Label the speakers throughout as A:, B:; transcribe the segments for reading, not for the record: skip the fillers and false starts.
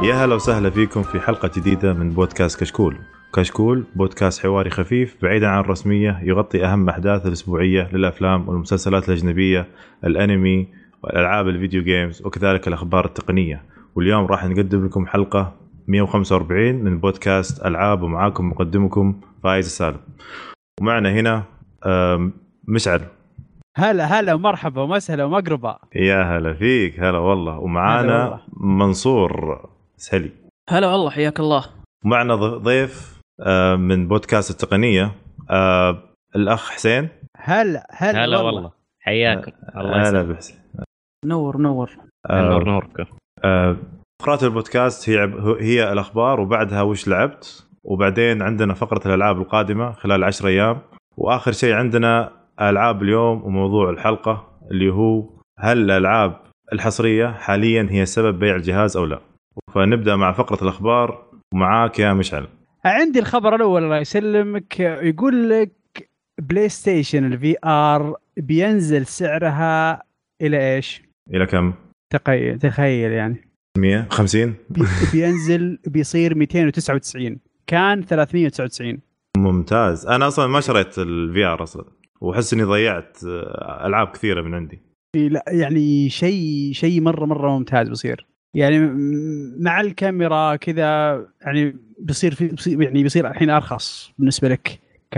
A: يا هلا وسهلا فيكم في حلقة جديدة من بودكاست كشكول. كشكول بودكاست حواري خفيف بعيدا عن الرسمية، يغطي أهم أحداث الأسبوعية للأفلام والمسلسلات الأجنبية، الأنمي والألعاب الفيديو جيمز، وكذلك الأخبار التقنية. واليوم راح نقدم لكم حلقة 145 من بودكاست ألعاب، ومعاكم مقدمكم فايز السالم. ومعنا هنا مشعل.
B: هلا ومرحبا ومسهلا ومقربا.
A: يا هلا فيك. هلا والله. ومعانا منصور سهلي.
C: هلا والله، حياك الله.
A: ومعنا ضيف من بودكاست التقنية، الأخ حسين.
D: هلا والله، حياكم الله.
A: هلا بحسين.
C: نور
D: نورك.
A: فقرات البودكاست هي الأخبار، وبعدها وش لعبت، وبعدين عندنا فقرة الألعاب القادمة خلال 10 أيام، وآخر شيء عندنا ألعاب اليوم. وموضوع الحلقة اللي هو هل الألعاب الحصرية حاليا هي سبب بيع الجهاز أو لا. فنبدأ مع فقرة الأخبار، ومعاك يا مشعل.
B: عندي الخبر الأول الله يسلمك، يقول لك بلاي ستيشن الفي آر بينزل سعرها إلى إيش؟
A: إلى كم؟
B: تخيل يعني
A: 150.
B: بينزل بيصير 299، كان 399.
A: ممتاز. أنا أصلا ما شريت الفي آر أصلا، وحس إني ضيعت ألعاب كثيرة من عندي.
B: لا يعني شيء مرة ممتاز بصير، يعني مع الكاميرا كذا، يعني بيصير الحين أرخص بالنسبة لك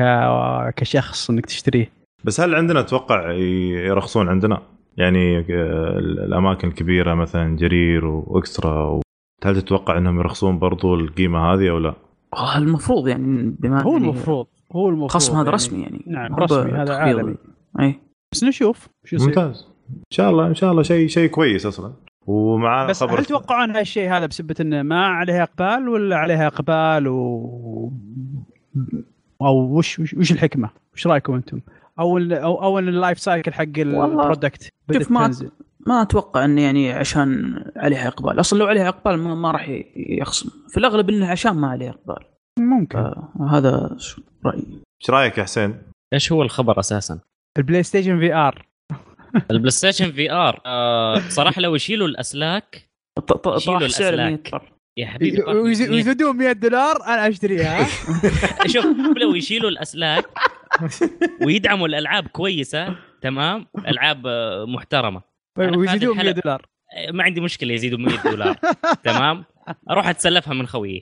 B: كشخص إنك تشتريه.
A: بس هل عندنا توقع يرخصون عندنا؟ يعني الأماكن الكبيرة مثلا جرير وإكسترا، هل تتوقع إنهم يرخصون برضو القيمة هذه أو لا؟
C: المفروض يعني بما
B: هو المفروض
C: خصم هذا
B: يعني
C: رسمي يعني.
B: نعم رسمي، هذا عالمي.
C: أي
B: بس نشوف شو يصير.
A: ممتاز. إن شاء الله شيء كويس أصلا. ومعانا
B: بس
A: خبر.
B: هل توقعون هالشيء هذا بسبب إنه ما عليها إقبال ولا عليها إقبال أو وش الحكمة؟ وش رأيكم أنتم؟ أو اللايف سايكل حق البرودكت بدأت تنزل؟
C: ما أتوقع إن يعني عشان عليها إقبال. أصلا لو عليها إقبال ما راح يخصم. في الأغلب إنه عشان ما عليها إقبال.
B: ممكن.
C: هذا رأيي.
A: إيش رأيك يا حسين؟
D: إيش هو الخبر أساسا؟
B: البلاي ستيشن في آر.
D: البلاي ستيشن في آر صراحة لو يشيلوا الأسلاك،
C: يشيلوا الأسلاك
D: يا حبيبي،
B: ويزيدون $100 أنا أشتريها.
D: شوف، لو يشيلوا الأسلاك ويدعموا الألعاب كويسة، تمام، ألعاب محترمة،
B: ويزيدون $100،
D: ما عندي مشكلة يزيدوا $100. تمام، أروح أتسلفها من خويي.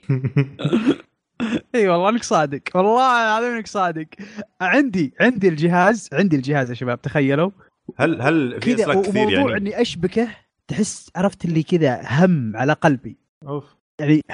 B: اي والله انك صادق، والله العظيم انك صادق. عندي الجهاز يا شباب، تخيلوا.
A: هل في اسلاك كثير يعني؟
B: وموضوع اني اشبكه، تحس عرفت اللي كذا هم على قلبي.
A: أوف.
B: يعني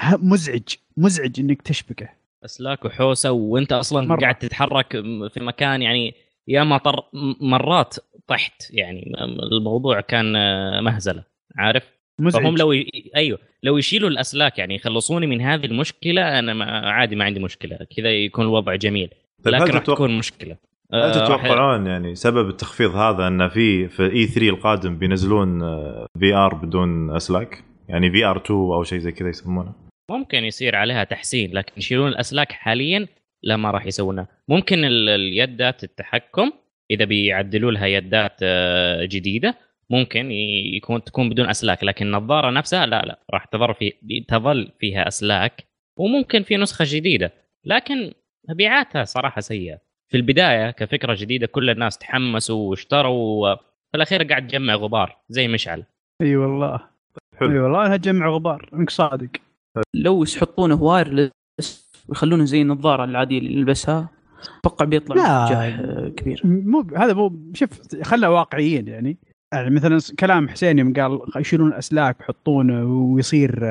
B: مزعج انك تشبكه
D: اسلاك وحوسه، وانت اصلا قاعد تتحرك في مكان، يعني يا مرات طحت، يعني الموضوع كان مهزله، عارف.
B: مزعج.
D: فهم لو يشيلوا الاسلاك، يعني يخلصوني من هذه المشكله، انا عادي ما عندي مشكله كذا، يكون الوضع جميل. لكن راح تكون مشكله.
A: هل تتوقعون يعني سبب التخفيض هذا ان في E3 القادم بينزلون VR بدون اسلاك، يعني VR2 او شيء زي كذا يسمونه؟
D: ممكن يصير عليها تحسين، لكن يشيلون الاسلاك حاليا لا، ما راح يسوونها. ممكن اليدات التحكم اذا بيعدلوا لها يدات جديده ممكن تكون بدون اسلاك، لكن النظاره نفسها لا راح تظل فيها اسلاك، وممكن في نسخه جديده، لكن مبيعاتها صراحه سيئه في البدايه. كفكره جديده كل الناس تحمسوا واشتروا، في الاخير قاعد تجمع غبار زي مشعل.
B: اي والله
A: حلو.
B: اي والله انها تجمع غبار، انك صادق.
C: لو يحطونه وايرلس ويخلونه زي النظاره العاديه اللي نلبسها، اتوقع بيطلع نجاح كبير.
B: مو شوف، خلنا واقعيين يعني مثلا كلام حسين يوم قال يشيلون الاسلاك ويحطونه ويصير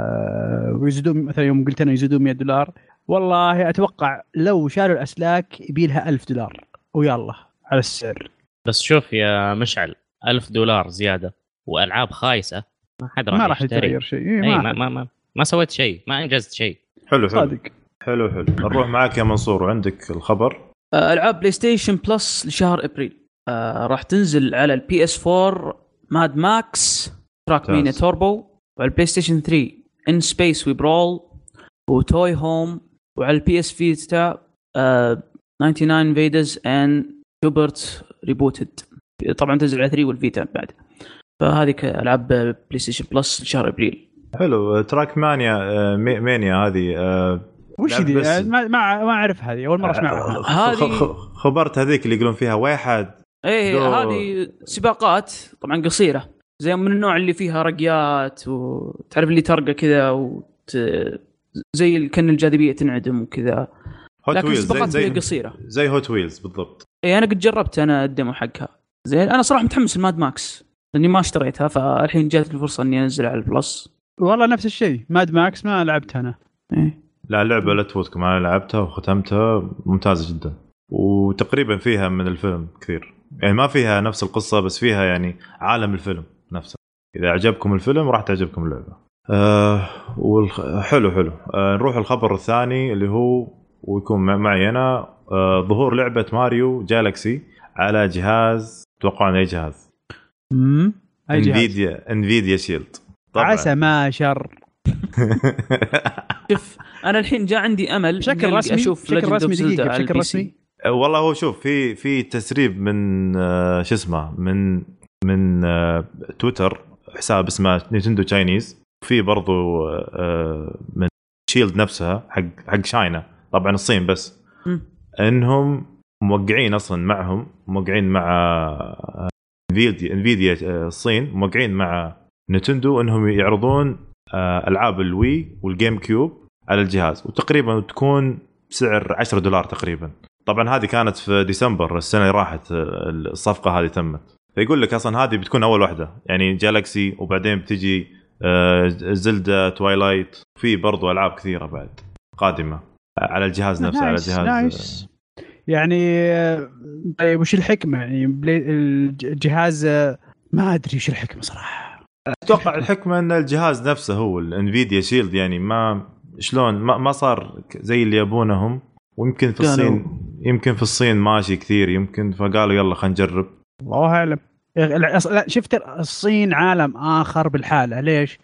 B: ويزيدون، مثلا يوم قلت انا يزيدون $100، والله اتوقع لو شالوا الاسلاك يبيلها $1000 ويلا على السعر.
D: بس شوف يا مشعل، $1000 زياده والعاب خايسه، ما حد راح
B: يتغير شيء.
D: ما سويت شيء، ما انجزت شيء.
A: حلو
B: صادق.
A: حلو نروح معاك يا منصور، وعندك الخبر.
C: العاب بلاي ستيشن بلس لشهر ابريل. راح تنزل على البي اس 4 ماد ماكس تراكمانيا توربو، وعلى البلاي ستيشن 3 ان سبيس وبرول وتوي هوم، وعلى البي اس فيتا 99 فيدرز اند هوبرت ريبوتد. طبعا تنزل على 3 والفيتا بعد. فهذه العاب بلاي ستيشن بلس لشهر ابريل.
A: حلو. تراك مانيا مانيا هذه
B: وش دي؟ ما اعرف هذه، اول مره اسمعها.
C: هذه
A: خبرت هذيك اللي يقولون فيها واحد.
C: هذه سباقات طبعا قصيره، زي من النوع اللي فيها رقيات، وتعرف اللي ترقى كذا زي كان الجاذبيه تنعدم وكذا، لكن سباقات زي قصيره
A: زي هوت ويلز بالضبط.
C: انا قد جربت انا الديمو حقها. زين انا صراحه متحمس الماد ماكس لاني ما اشتريتها، فالحين جات الفرصه اني انزل على البلس.
B: والله نفس الشيء، ماد ماكس ما لعبتها انا.
A: لا اللعبه لا تفوتكم، انا لعبتها وختمتها، ممتازه جدا، وتقريبا فيها من الفيلم كثير، يعني ما فيها نفس القصه بس فيها يعني عالم الفيلم نفسه. اذا عجبكم الفيلم راح تعجبكم اللعبه. حلو. نروح الخبر الثاني اللي هو ويكون معي انا. ظهور لعبه ماريو جالكسي على جهاز، توقعون اي جهاز؟
B: اي جهاز؟
A: انفيديا شيلد طبعا.
B: عسى ما شر.
C: شوف انا الحين جاء عندي امل
B: بشكل رسمي،
C: اشوف
B: بشكل رسمي دقيقه، بشكل رسمي.
A: والله هو شوف في تسريب من شو اسمه من تويتر، حساب اسمه نينتندو تشاينيز، وفي برضو من شيلد نفسها حق شاينا، طبعا الصين بس. انهم موقعين اصلا معهم، موقعين مع انفيديا الصين، موقعين مع نينتندو انهم يعرضون العاب الوي والجيم كيوب على الجهاز، وتقريبا تكون بسعر $10 تقريبا. طبعا هذه كانت في ديسمبر السنه اللي راحت الصفقه هذه تمت. فيقول لك اصلا هذه بتكون اول واحده، يعني جالكسي، وبعدين بتجي زلدا تويلايت، في برضو العاب كثيره بعد قادمه على الجهاز نفسه. على الجهاز
B: نايس. يعني طيب وش الحكمه؟ يعني الجهاز ما ادري وش الحكمه صراحه.
A: اتوقع الحكمه ان الجهاز نفسه هو الانفيديا شيلد، يعني ما شلون ما صار زي اللي يبونهم، ويمكن في الصين، يمكن في الصين ماشي كثير يمكن، فقالوا يلا خلينا نجرب.
B: الله اعلم. لا شفت الصين عالم اخر بالحاله. ليش؟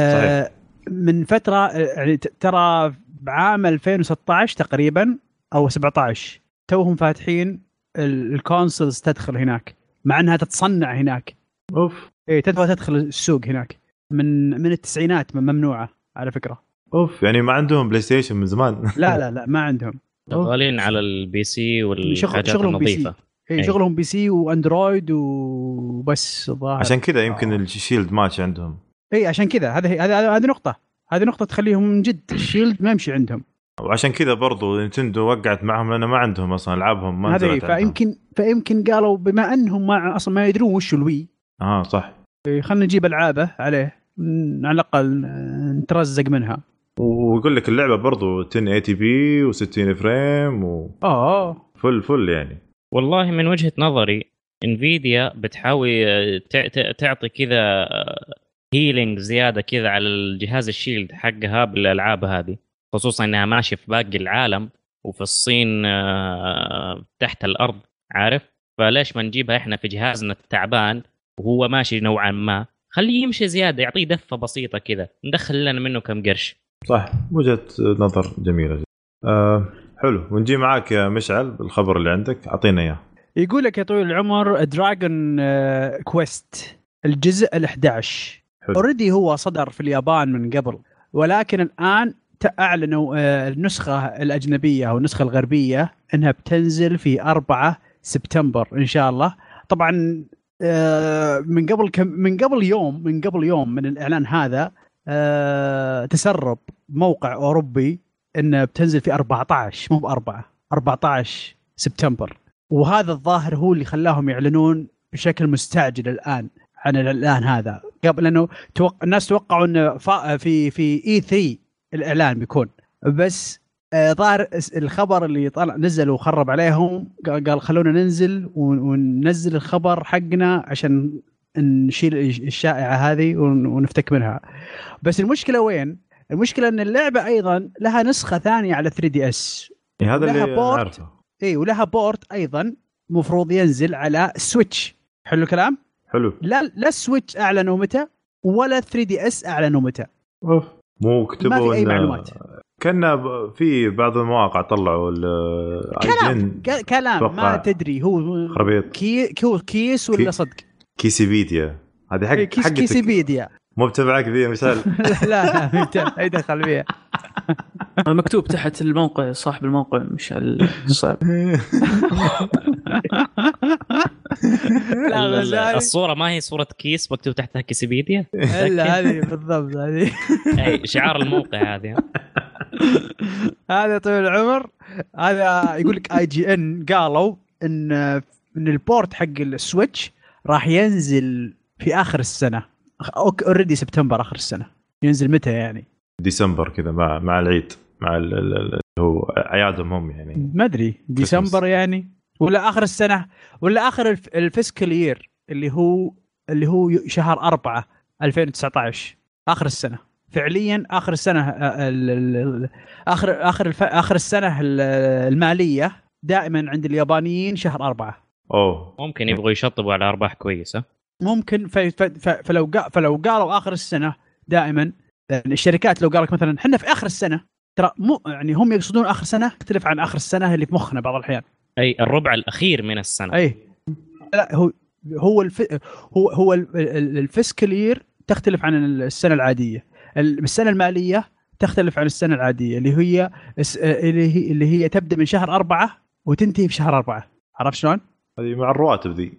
B: من فتره يعني ترى بعام 2016 تقريبا او 17 توهم فاتحين الكونسولز تدخل هناك، مع انها تتصنع هناك.
A: اوف.
B: تدخل السوق هناك من التسعينات، ممنوعه على فكره.
A: اوف، يعني ما عندهم بلاي ستيشن من زمان.
B: لا ما عندهم.
D: شغالين على البي سي والحاجات النظيفه.
B: شغلهم بي سي واندرويد وبس ظاهر.
A: عشان كذا يمكن الشيلد ماتش عندهم.
B: عشان كذا هذه نقطه تخليهم من جد الشيلد ما يمشي عندهم.
A: وعشان كذا برضو نينتندو وقعت معهم لأنه ما عندهم أصلا ألعابهم ما نزلت.
B: فيمكن قالوا بما أنهم أصلا ما يدرون وش الوي.
A: صح.
B: خلنا نجيب ألعابه عليه على الأقل نترزق منها.
A: ويقول لك اللعبة برضو 1080p و60 فريم فل يعني.
D: والله من وجهة نظري انفيديا بتحاول تعطي كذا هيلينج زيادة كذا على الجهاز الشيلد حقها بالألعاب هذه، خصوصا انها ماشيه في باقي العالم وفي الصين تحت الارض، عارف؟ فليش ما نجيبها احنا في جهازنا التعبان وهو ماشي نوعا ما، خليه يمشي زياده، يعطيه دفه بسيطه كذا، ندخل لنا منه كم قرش.
A: صح، وجهه نظر جميله جدا. حلو. ونجي معاك يا مشعل بالخبر اللي عندك، اعطينا اياه.
B: يقول لك يا طويل العمر دراجون كويست الجزء ال11 اوريدي هو صدر في اليابان من قبل، ولكن الان أعلنوا النسخة الأجنبية أو النسخة الغربية أنها بتنزل في 4 سبتمبر إن شاء الله. طبعا من قبل يوم من الإعلان هذا تسرب موقع أوروبي أنها بتنزل في 14 مو ب4 14 سبتمبر، وهذا الظاهر هو اللي خلاهم يعلنون بشكل مستعجل الآن عن الإعلان هذا، قبل أنه الناس توقعوا أنه في E3 الإعلان بيكون، بس ظاهر الخبر اللي طلع نزل وخرب عليهم، قال خلونا ننزل وننزل الخبر حقنا عشان نشيل الشائعة هذه ونفتك منها. بس المشكلة وين؟ المشكلة أن اللعبة أيضا لها نسخة ثانية على 3DS.
A: هذا اللي نعرفه.
B: ولها بورت أيضا مفروض ينزل على سويتش. حلو الكلام؟
A: حلو.
B: لا السويتش أعلنوا متى ولا 3DS أعلنوا متى.
A: مو كتبوا
B: ما في أي معلومات.
A: كنا في بعض المواقع طلعوا
B: كلام ما تدري هو
A: خربيط
B: كيس ولا صدق.
A: كيسيبيديا هذه حق
B: كيسيبيديا
A: مو بتبعك ذي مشعل.
B: لا اي دخل فيها.
C: مكتوب تحت الموقع صاحب الموقع مش الصعب.
D: الصورة ما هي صورة كيس مكتوب تحتها كيسيبيديا؟
B: لا هذه بالضبط هذه.
D: أي شعار الموقع هذه.
B: هذا طويل العمر. هذا يقول لك IGN قالوا ان البورت حق السويتش راح ينزل في اخر السنة. اوريدي سبتمبر اخر السنة. ينزل متى يعني؟
A: ديسمبر كذا مع العيد مع هو اعيادهم هم يعني.
B: ما ادري ديسمبر يعني ولا اخر السنة ولا اخر الفيسكال يير اللي هو شهر 4 2019 اخر السنة فعليا. اخر السنة اخر السنة المالية دائما عند اليابانيين شهر 4.
D: ممكن يبغوا يشطبوا على ارباح كويسة.
B: ممكن فلو قالوا اخر السنة دائما يعني الشركات لو قالك مثلا احنا في اخر السنة ترى مو يعني هم يقصدون اخر سنة تختلف عن اخر السنة اللي في مخنا بعض الاحيان.
D: اي الربع الاخير من السنة.
B: اي لا هو الفيسكال يير تختلف عن السنة العادية. السنة المالية تختلف عن السنة العادية اللي هي تبدأ من شهر 4 وتنتهي في شهر 4. عرفت شلون؟
A: هذه مع الرواتب ذي.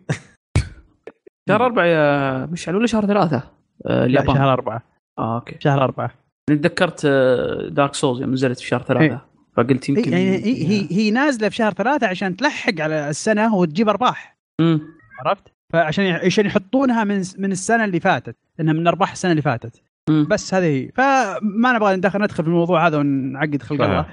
C: شهر 4 يا مشعل ولا شهر 3 اليابان؟
B: شهر 4.
C: اوكي
B: شهر 4.
C: انا تذكرت دارك سولز يوم نزلت في شهر 3 فقلت يمكن
B: يعني هي نازلة في شهر 3 عشان تلحق على السنة وتجيب أرباح. عرفت؟ فعشان يحطونها من السنة اللي فاتت إنها من أرباح السنة اللي فاتت. بس هذه فما نبغى ندخل في الموضوع هذا ونعقد خلق الله.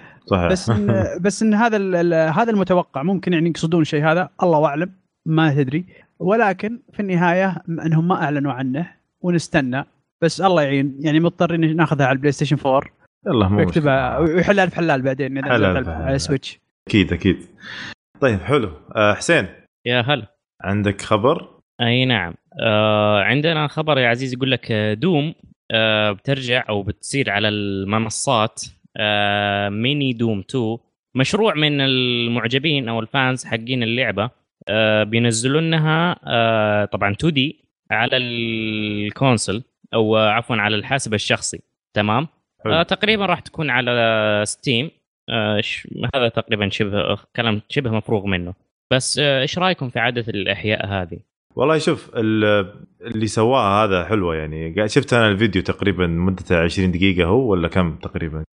B: بس إن هذا المتوقع ممكن يعني يقصدون شيء هذا الله أعلم ما تدري. ولكن في النهاية أنهم ما أعلنوا عنه ونستنى بس الله يعين يعني مضطرين ناخذها على البلاي ستيشن 4.
A: يلا مو
B: يكتبها ويحلها في حلال بعدين على سويتش.
A: أكيد. طيب حلو. حسين
D: يا هلا
A: عندك خبر؟
D: أي نعم. عندنا خبر يا عزيز يقول لك دوم بترجع أو بتصير على المنصات. ميني دوم 2 مشروع من المعجبين أو الفانز حقين اللعبة بينزلوا لها طبعا 2D على الكونسول أو عفوا على الحاسب الشخصي. تمام. تقريبا راح تكون على ستيم. هذا تقريبا شبه مفروغ منه. بس ايش رايكم في عادة الإحياء هذه؟
A: والله شوف اللي سواها هذا حلوة يعني. شفت أنا الفيديو تقريبا مدته 20 دقيقة هو ولا كم تقريبا.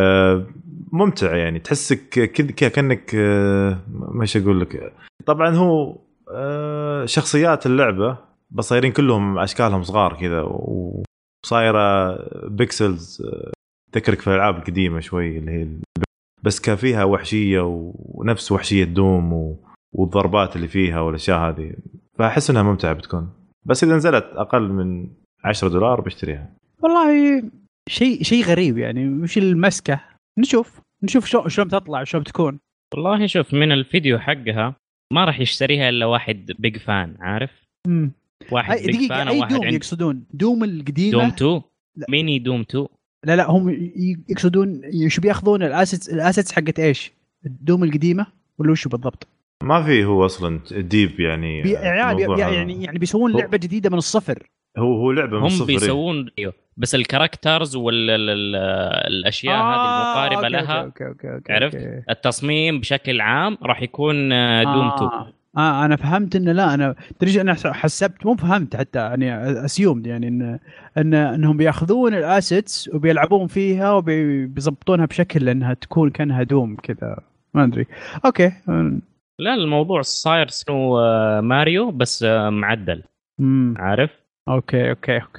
A: ممتع يعني تحسك كذا كأنك مش أقول لك. طبعا هو شخصيات اللعبة بصايرين كلهم أشكالهم صغار كذا وصايرة بيكسلز تذكرك في الألعاب القديمة شوي اللي هي بس كافيها وحشية ونفس وحشية دوم والضربات اللي فيها والأشياء هذه. فأحس إنها ممتعة بتكون بس إذا نزلت أقل من $10 بشتريها.
B: والله شيء غريب يعني وش المسكة. نشوف شلون تطلع شلون بتكون.
D: والله شوف من الفيديو حقها ما راح يشتريها إلا واحد بيج فان عارف. واحد بيج فان أو واحد
B: يقصدون دوم القديمة
D: دوم 2 ميني دوم 2.
B: لا هم يقصدون شو بياخذون الاسيتس حقت ايش الدوم القديمة ولا وش بالضبط؟
A: ما في هو اصلا ديب يعني
B: يعني بيسوون لعبة جديدة من الصفر.
A: هو لعبة من الصفر.
D: هم بيسوون بس الكاركترز والاشياء هذه المقاربة لها.
B: أوكي.
D: عرفت التصميم بشكل عام راح يكون دوم 2.
B: انا فهمت انه لا انا ترجع انا حسبت مو فهمت حتى يعني اسيوم يعني انهم بياخذون الاسيتس وبيلعبون فيها وبيضبطونها بشكل انها تكون كانها دوم كذا ما ادري. اوكي
D: لا الموضوع صاير سنو ماريو بس معدل. عارف.
B: اوكي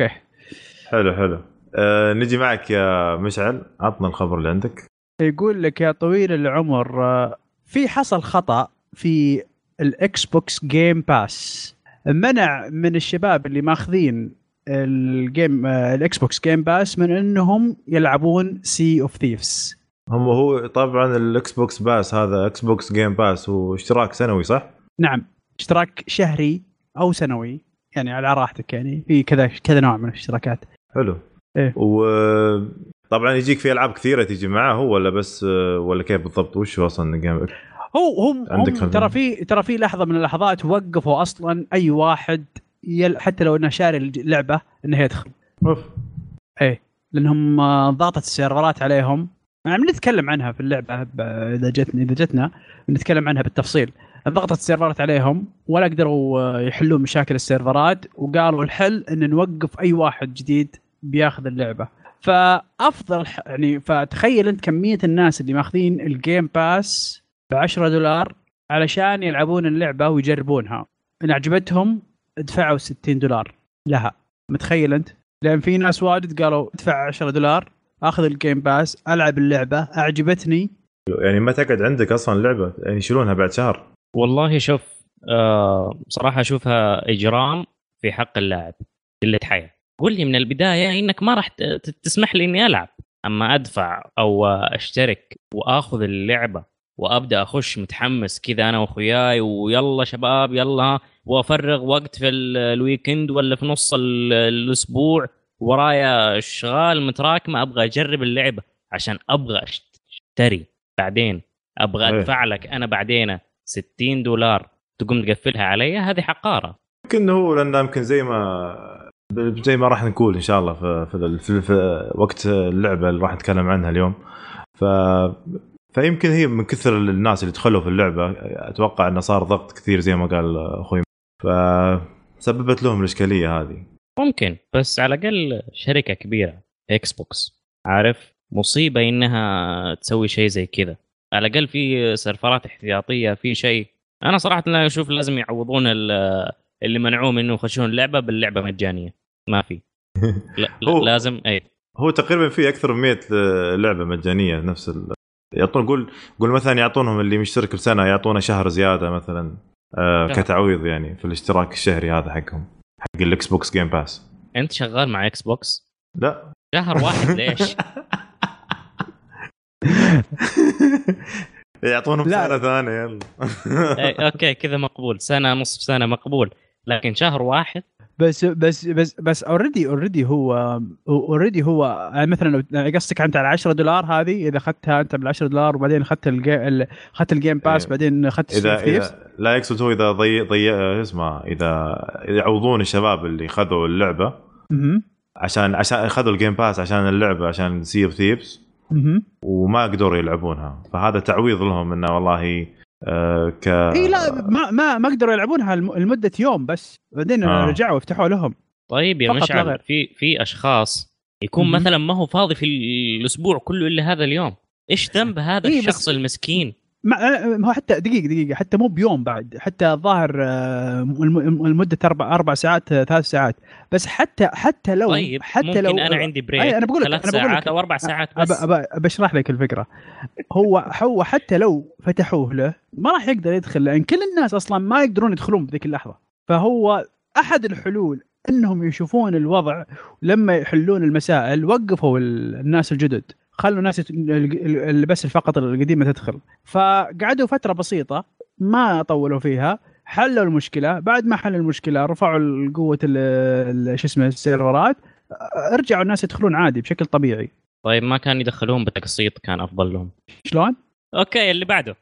A: حلو. نجي معك يا مشعل عطنا الخبر اللي عندك.
B: يقول لك يا طويل العمر في حصل خطأ في الاكس بوكس جيم باس. منع من الشباب اللي ماخذين الجيم الاكس بوكس جيم باس من انهم يلعبون سي اوف ثيفز.
A: هو طبعا الاكس بوكس باس هذا اكس بوكس جيم باس واشتراك سنوي صح؟
B: نعم اشتراك شهري او سنوي يعني على راحتك يعني في كذا نوع من الاشتراكات.
A: حلو.
B: إيه؟
A: وطبعا يجيك في العاب كثيره تيجي معه هو ولا بس ولا كيف بالضبط وش اصلا الجيم؟
B: هم ترى في لحظه من اللحظات وقفوا اصلا اي واحد حتى لو انه شاري اللعبه انه يدخل
A: اوف.
B: ايه لانهم ضغطت السيرفرات عليهم. يعني بنتكلم عنها في اللعبه اذا جتنا بنتكلم عنها بالتفصيل. ضغطت السيرفرات عليهم ولا قدروا يحلون مشاكل السيرفرات، وقالوا الحل ان نوقف اي واحد جديد بياخذ اللعبه. فافضل يعني فتخيل انت كميه الناس اللي ماخذين الجيم باس $10 علشان يلعبون اللعبه ويجربونها، ان عجبتهم دفعوا $60 لها. متخيل انت؟ لان في ناس واجد قالوا ادفع $10 اخذ الجيم باس العب اللعبه اعجبتني.
A: يعني ما تقعد عندك اصلا اللعبه، يعني يشيلونها بعد شهر.
D: والله شوف بصراحه اشوفها اجرام في حق اللاعب قله حياه. قول لي من البدايه انك ما راح تسمح لي اني العب، اما ادفع او اشترك واخذ اللعبه وابدا اخش متحمس كذا انا واخوياي ويلا شباب يلا، وافرغ وقت في الويكند ولا في نص الاسبوع ورايا اشغال متراكمه ابغى اجرب اللعبه عشان ابغى اشتري بعدين ابغى ادفع لك انا بعدين $60 تقوم تقفلها علي. هذه حقاره.
A: يمكن هو لانه يمكن زي ما راح نقول ان شاء الله في وقت اللعبه اللي راح نتكلم عنها اليوم. فيمكن هي من كثر الناس اللي دخلوا في اللعبه اتوقع انه صار ضغط كثير زي ما قال اخوي، فسببت لهم الاشكاليه هذه.
D: ممكن، بس على الاقل شركه كبيره اكس بوكس عارف مصيبه انها تسوي شيء زي كذا. على الاقل في سيرفرات احتياطيه في شيء. انا صراحه لا اشوف لازم يعوضون اللي منعوه منه يخشون اللعبه باللعبه مجانيه. ما في لا لازم
A: هو تقريبا في اكثر من 100 لعبه مجانيه نفس يعطون. قول مثلا يعطونهم اللي مشترك بسنه يعطونه شهر زياده مثلا كتعويض يعني في الاشتراك الشهري هذا حقهم حق الاكس بوكس جيم باس.
D: انت شغال مع اكس بوكس؟
A: لا
D: شهر واحد ليش؟
A: يعطونهم سنه ثانيه يلا.
D: اوكي كذا مقبول، سنه نصف سنه مقبول، لكن شهر واحد
B: بس اوريدي هو يعني مثلا لو قصدك انت على $10 هذه، اذا اخذتها انت بال$10 وبعدين اخذت الجيم باس بعدين اخذت
A: إذا لا يقصد هو اذا ضيع اسمه اذا يعوضون الشباب اللي خذوا اللعبه عشان اخذوا الجيم باس عشان اللعبه عشان سي اوف ثيفز وما قدروا يلعبونها، فهذا تعويض لهم انه والله
B: اي لا ما قدروا يلعبونها لمده يوم بس بعدين رجعوا وفتحوا لهم.
D: طيب يا مشعل في اشخاص يكون مثلا ما هو فاضي في الاسبوع كله الا هذا اليوم، ايش ذنب هذا الشخص المسكين؟
B: ما هو حتى دقيقه حتى مو بيوم بعد، حتى الظاهر المده 4 ساعات 3 ساعات بس. حتى لو
D: طيب
B: حتى
D: ممكن
B: لو
D: انا عندي بريك
B: أنا بقول
D: 3 ساعات او 4 ساعات بس.
B: بشرح لك الفكره. هو حتى لو فتحوه له ما راح يقدر يدخل، لان كل الناس اصلا ما يقدرون يدخلون بذيك اللحظه. فهو احد الحلول انهم يشوفون الوضع لما يحلون المسائل. وقفوا الناس الجدد، خلوا الناس بس فقط القديمه تدخل. فقعدوا فتره بسيطه ما طولوا فيها، حلوا المشكله. بعد ما حلوا المشكله رفعوا قوه شو اسمه السيرفرات، رجعوا الناس يدخلون عادي بشكل طبيعي.
D: طيب ما كان يدخلون بتقسيط كان افضل لهم.
B: شلون؟
D: اوكي اللي بعده.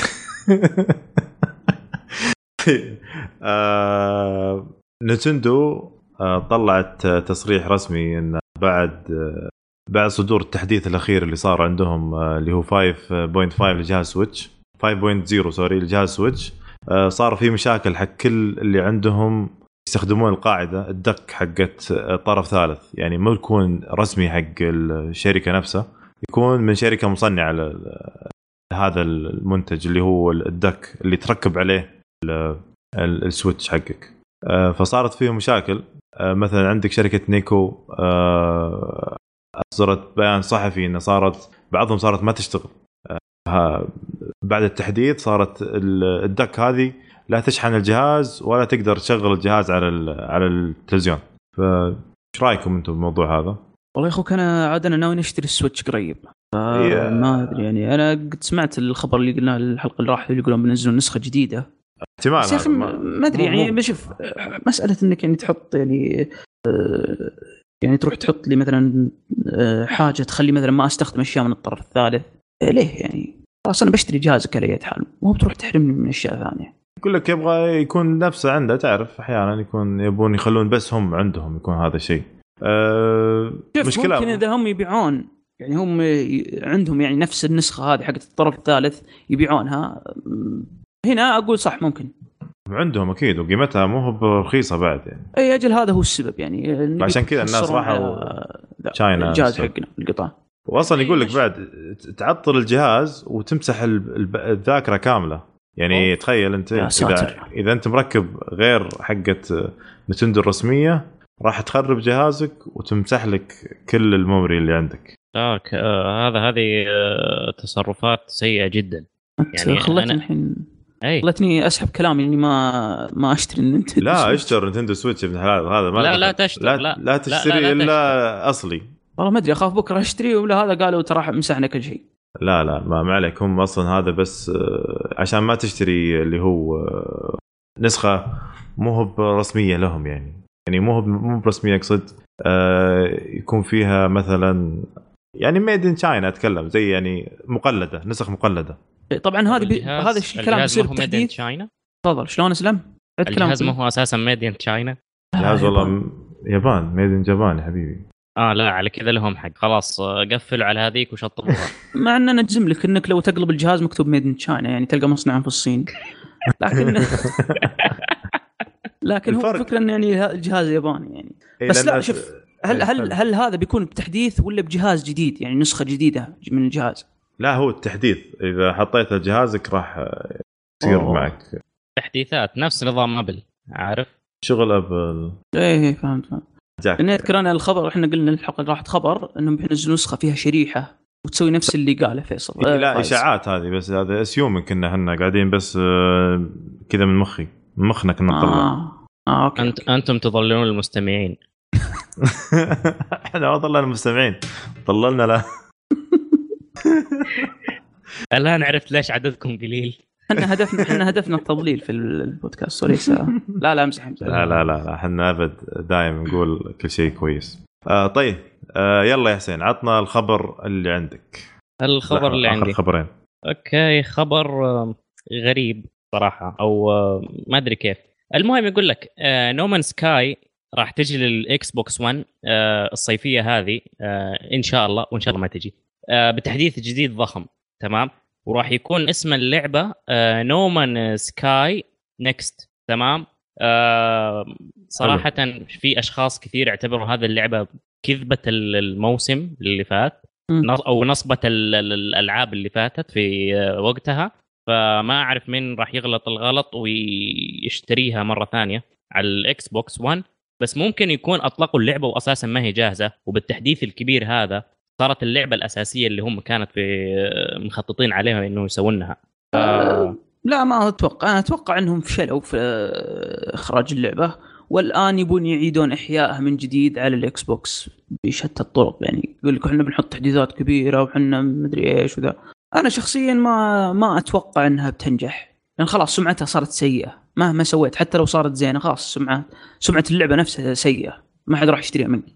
A: نينتندو طلعت تصريح رسمي ان بعد صدور التحديث الاخير اللي صار عندهم اللي هو 5.5 لجهاز سويتش 5.0 سوري لجهاز سويتش، صار في مشاكل حق كل اللي عندهم يستخدمون القاعده الدك حقت طرف ثالث، يعني ما يكون رسمي حق الشركه نفسها، يكون من شركه مصنعه هذا المنتج اللي هو الدك اللي تركب عليه السويتش حقك. فصارت فيه مشاكل. مثلا عندك شركه نيكو أصدرت بيان صحفي إن بعضهم صارت ما تشتغل بعد التحديث. صارت الدك هذه لا تشحن الجهاز ولا تقدر تشغل الجهاز على التلفزيون. فايش رايكم انتم بالموضوع هذا؟
C: والله يا اخوك انا عاد ناوي نشتري السويتش قريب، ما ادري يعني. انا قد سمعت الخبر اللي قلناه الحلقه اللي راحت اللي يقولون بنزلون نسخه جديده
A: احتمال.
C: ما ادري يعني. بشوف مساله انك يعني تحط يعني تروح تحط لي مثلا حاجه تخلي مثلا ما استخدم اشياء من الطرف الثالث. ليه يعني؟ خلاص انا بشتري جهازك على اي حال، مو بتروح تحرمني من اشياء ثانيه.
A: يقول لك يبغى يكون نفسه عنده، تعرف احيانا يكون يبون يخلون بس هم عندهم يكون هذا الشيء.
C: مشكلة ممكن إذا هم يبيعون يعني هم عندهم يعني نفس النسخة هذه حقت الطرف الثالث يبيعونها هنا أقول صح ممكن
A: عندهم أكيد وقيمتها مو هو برخيصة بعد يعني.
C: أي أجل هذا هو السبب يعني
A: عشان كذا الناس راحوا تشاينا
C: الجهاز حقنا القطع.
A: وأصلا يقول لك بعد تعطل الجهاز وتمسح الذاكرة كاملة يعني. تخيل أنت إذا أنت مركب غير حقة نتندو الرسمية راح تخرب جهازك وتمسح لك كل الميموري اللي عندك.
D: هذه تصرفات سيئة جدا
C: يعني. خلتني الحين خلتني اسحب كلامي اني ما اشتري نينتندو.
A: لا اشتري نينتندو سويتش ابن الحلال هذا ما
D: لا تشتري
A: لا تشتري الا اصلي.
C: والله ما ادري اخاف بكره اشتري ولا هذا قالوا ترى مسحنا كل شيء.
A: لا ما عليك هم اصلا هذا بس عشان ما تشتري اللي هو نسخة مو هو برسمية لهم يعني مو برسمية اقصد يكون فيها مثلا يعني ميد ان تشاينا اتكلم زي يعني مقلدة نسخ مقلدة.
C: طبعا هذا الشيء كلام يصير
D: بتحديث تشاينا.
C: تفضل شلون اسلم
D: الجهاز ما هو اساسا ميد ان تشاينا.
A: جهاز والله يابان ميد ان جابان يا حبيبي.
D: لا على كذا لهم حق خلاص قفلوا على هذيك وشطبوها.
C: مع ان انا اجزم لك انك لو تقلب الجهاز مكتوب ميد ان تشاينا يعني تلقى مصنع في الصين لكن هو فكرة ان يعني الجهاز ياباني يعني. بس لا شوف هل هذا بيكون بتحديث ولا بجهاز جديد يعني نسخة جديدة من الجهاز؟
A: لا هو التحديث إذا حطيت جهازك راح يصير معك
D: تحديثات نفس نظام أبل عارف
C: شغل أبل. إيه فهمت. أنا أذكر أنا الخبر إحنا قلنا الحلقة راحت خبر إنهم بينزلوا نسخة فيها شريحة وتسوي نفس اللي قاله فيصل.
A: لا إشاعات هذه بس هذا أسيوم كنا هنا قاعدين بس كذا من مخنا كنا نطلع.
C: أوكي.
D: أنتم تضللون المستمعين.
A: إحنا ما ضللنا المستمعين ضللنا لا.
D: الآن عرفت ليش عددكم قليل.
C: احنا هدفنا التضليل في البودكاست وليس لا امزح.
A: لا احنا ابد دائما نقول كل شيء كويس. طيب يلا يا حسين عطنا الخبر اللي عندك.
D: الخبر اللي عندي
A: خبرين.
D: اوكي خبر غريب صراحة او ما ادري كيف. المهم يقول لك نومان سكاي راح تجي للاكس بوكس 1 الصيفية هذه ان شاء الله وان شاء الله ما تجي بتحديث جديد ضخم تمام. وراح يكون اسم اللعبة نومان سكاي نيكست تمام. صراحة في أشخاص كثير اعتبروا هذا اللعبة كذبة الموسم اللي فات أو نصبة الألعاب اللي فاتت في وقتها. فما أعرف مين راح يغلط الغلط ويشتريها مرة ثانية على الإكس بوكس 1. بس ممكن يكون أطلقوا اللعبة وأساسا ما هي جاهزة وبالتحديث الكبير هذا صارت اللعبة الأساسية اللي هم كانت في مخططين عليها إنه يسوونها.
C: لا ما أتوقع. أنا أتوقع أنهم فشلوا في إخراج اللعبة والآن يبون يعيدون إحيائها من جديد على الإكس بوكس بشتى الطرق. يعني يقول لك إحنا بنحط تحديثات كبيرة وإحنا مدري إيش وذا. أنا شخصيا ما أتوقع أنها بتنجح لأن خلاص سمعتها صارت سيئة مهما سويت. حتى لو صارت زينة خلاص سمعة اللعبة نفسها سيئة ما حد راح يشتريها مني.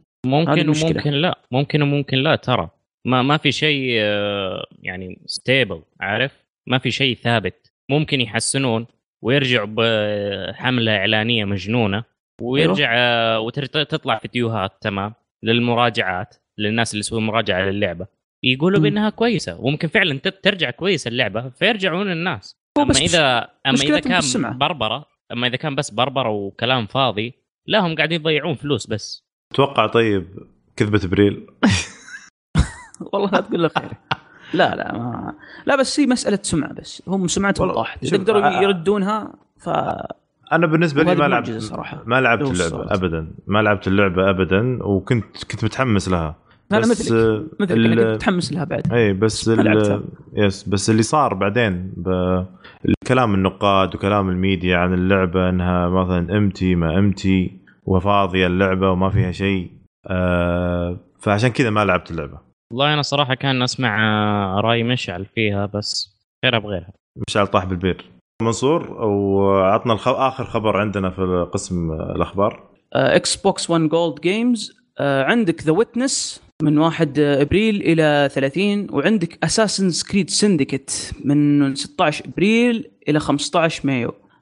D: ممكن لا ترى ما في شيء يعني ستيبل عارف. ما في شيء ثابت. ممكن يحسنون ويرجعوا بحملة إعلانية مجنونة ويرجع وتطلع فيديوهات تمام للمراجعات للناس اللي يسوون مراجعة للعبة يقولوا بأنها كويسة وممكن فعلا ترجع كويسة اللعبة فيرجعون الناس. أما إذا كان بربرة أما إذا كان بس بربرة وكلام فاضي لا هم قاعدين يضيعون فلوس بس.
A: توقع طيب كذبة ابريل.
C: والله لا تقول له خير. لا بس هي مسألة سمعة بس هم سمعتهم طاحت يقدروا يردونها.
A: أنا بالنسبة لي ما لعبت اللعبة أبدا وكنت متحمس لها.
C: بس مثل كنت متحمس لها بعد.
A: اي بس اللي صار بعدين الكلام النقاد وكلام الميديا عن اللعبة انها مثلا امتي وفاضية اللعبة وما فيها شيء. فعشان كذا ما لعبت اللعبة.
D: والله أنا صراحة كان أسمع رأي مشعل فيها بس غيرها بغيرها.
A: مشعل طاح بالبير. منصور وعطنا آخر خبر عندنا في قسم الأخبار.
C: اكس بوكس 1 جولد جيمز عندك ذا ويتنس من 1 أبريل إلى 30 وعندك أساسنز كريد سندكت من 16 أبريل إلى 15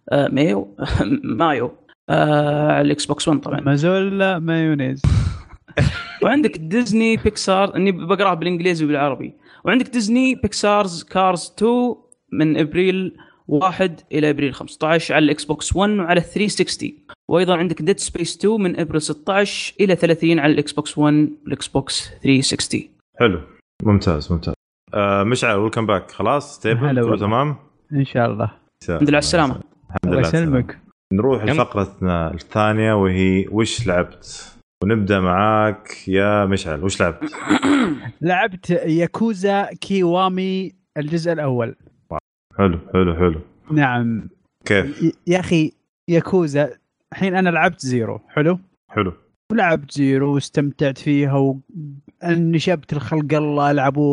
C: مايو على الإكس بوكس 1 طبعا.
B: مازولا مايونيز.
C: وعندك ديزني بيكسار، اني بقراها بالانجليزي وبالعربي. وعندك ديزني بيكسارز كارز 2 من ابريل 1 الى ابريل 15 على الاكس بوكس 1 وعلى 360. وايضا عندك ديد سبيس 2 من ابريل 16 الى 30 على الاكس بوكس 1 والاكس بوكس 360.
A: حلو، ممتاز ممتاز. مشعل ويلكم باك، خلاص ستيبل كله تمام
B: ان شاء الله.
C: الحمد لله على السلامه.
A: الحمد لله
B: يسلمك.
A: نروح لفقرتنا الثانيه وهي وش لعبت، ونبدا معاك يا مشعل. وش لعبت؟
B: لعبت ياكوزا كيوامي الجزء الاول.
A: حلو حلو حلو.
B: نعم.
A: كيف
B: يا اخي ياكوزا الحين انا لعبت زيرو. حلو
A: حلو.
B: ولعبت زيرو واستمتعت فيها ونشبت الخلق الله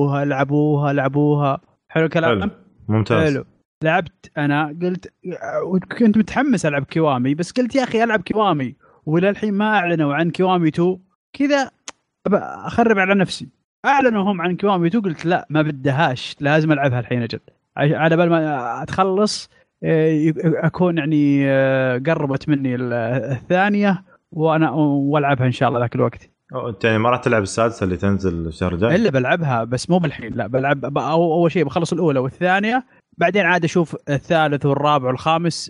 B: لعبوها. حلو كلام.
A: حلو. ممتاز.
B: حلو. لعبت انا قلت كنت متحمس العب كيوامي، بس قلت يا اخي العب كيوامي ولا الحين ما اعلنوا عن كيوامي 2 كذا اخرب على نفسي. اعلنوا هم عن كيوامي 2 قلت لا ما بدهاش، لازم العبها الحين اجل على بال ما اتخلص اكون يعني قربت مني الثانية وانا والعبها ان شاء الله ذاك الوقت.
A: انت يعني ما راح تلعب السادسه اللي تنزل الشهر الجاي؟
B: الا بلعبها بس مو بالحين، لا بلعب اول شيء بخلص الاولى والثانيه، بعدين عاد اشوف الثالث والرابع والخامس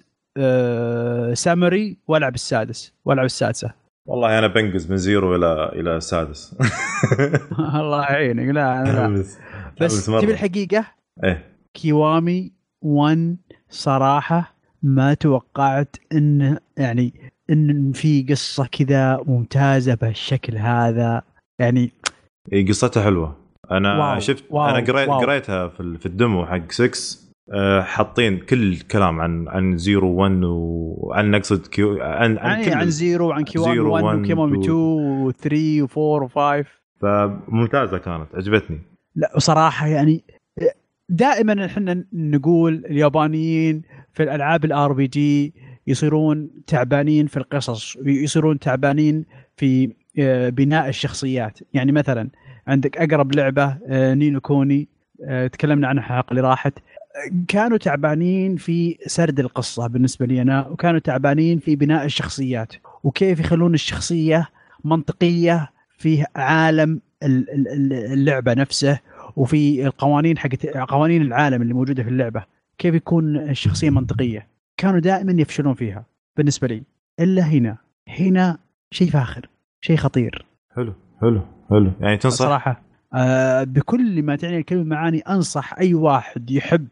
B: سامري والعب السادس والعب السادسه.
A: والله انا بنقز من زيرو الى السادس.
B: الله يعينك. لا بس تبي الحقيقه
A: ايه
B: كيوامي 1 صراحه ما توقعت ان يعني ان في قصه كذا ممتازه بهالشكل هذا يعني.
A: قصتها حلوه. انا
B: واو.
A: شفت
B: واو.
A: انا قريتها
B: واو.
A: في الدمو حق 6. حاطين كل كلام عن زيرو 1 وعن نقصد كيو عن
B: زيرو وعن كيوامي 1 وكيوامي 2 و3 و4 و5.
A: فممتازه كانت عجبتني.
B: لا بصراحه يعني دائما احنا نقول اليابانيين في الالعاب الار بي جي يصيرون تعبانين في القصص ويصيرون تعبانين في بناء الشخصيات. يعني مثلا عندك اقرب لعبه نينو كوني تكلمنا عنها الحلقه اللي راحت، كانوا تعبانين في سرد القصه بالنسبه لي انا، وكانوا تعبانين في بناء الشخصيات وكيف يخلون الشخصيه منطقيه في عالم اللعبه نفسه وفي القوانين حقت قوانين العالم اللي موجوده في اللعبه، كيف يكون الشخصيه منطقيه. كانوا دائما يفشلون فيها بالنسبه لي. الا هنا شيء فاخر، شيء خطير.
A: حلو يعني تنصح
B: صراحه بكل ما تعني الكلمه معاني انصح اي واحد يحب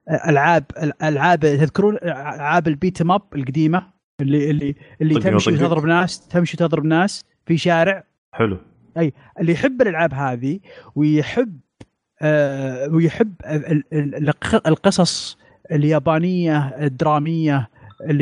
B: العاب تذكرون العاب البيت ماب القديمه اللي تمشي تضرب ناس في شارع.
A: حلو.
B: اي اللي يحب الالعاب هذه ويحب القصص اليابانيه الدراميه اللي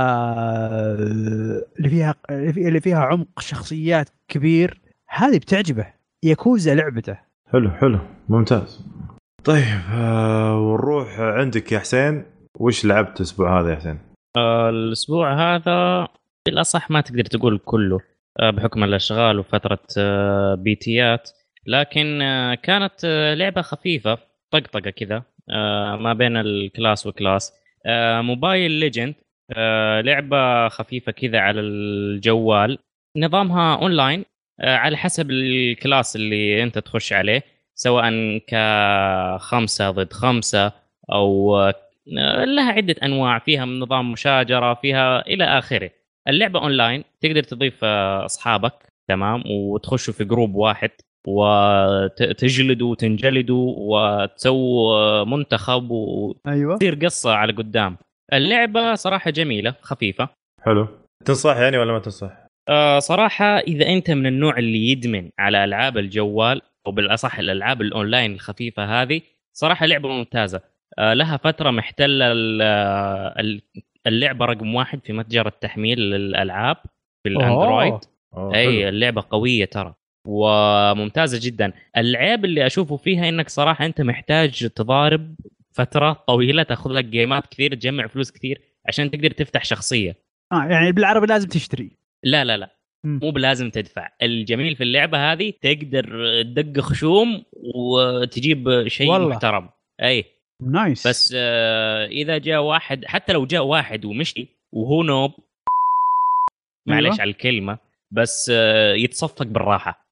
B: فيها عمق شخصيات كبير، هذه بتعجبه. ياكوزا لعبته.
A: حلو ممتاز. طيب ونروح عندك يا حسين. وش لعبت الاسبوع هذا يا حسين؟
D: الاسبوع هذا بالاصح ما تقدر تقول كله بحكم الاشغال وفتره بيتيات، لكن كانت لعبه خفيفه طقطقه كذا ما بين الكلاس وكلاس. موبايل ليجند، لعبه خفيفه كذا على الجوال، نظامها اونلاين على حسب الكلاس اللي انت تخش عليه، سواء ك5 ضد 5 او لها عده انواع، فيها من نظام مشاجره فيها الى اخره. اللعبه اونلاين، تقدر تضيف اصحابك تمام وتخشوا في جروب واحد وتجلدوا وتنجلدوا وتسووا منتخب وتصير قصه على قدام. اللعبه صراحه جميله خفيفه.
A: حلو. تنصح يعني ولا ما تنصح؟
D: صراحه اذا انت من النوع اللي يدمن على العاب الجوال او بالاصح الالعاب الاونلاين الخفيفه هذه، صراحه لعبه ممتازه. لها فتره محتله اللعبه رقم 1 في متجر التحميل للالعاب في الاندرويد. اي اللعبه قويه ترى وممتازه جدا. العيب اللي اشوفه فيها انك صراحه انت محتاج تضارب فتره طويله، تاخذ لك جيمات كثير، تجمع فلوس كثير عشان تقدر تفتح شخصيه.
B: يعني بالعربي لازم تشتري؟
D: لا مو بلازم تدفع. الجميل في اللعبه هذه تقدر تدق خشوم وتجيب شيء محترم. اي
B: نايس.
D: بس اذا جاء واحد، حتى لو جاء واحد ومشي وهو نوب، معلش على الكلمه، بس يتصفق بالراحه.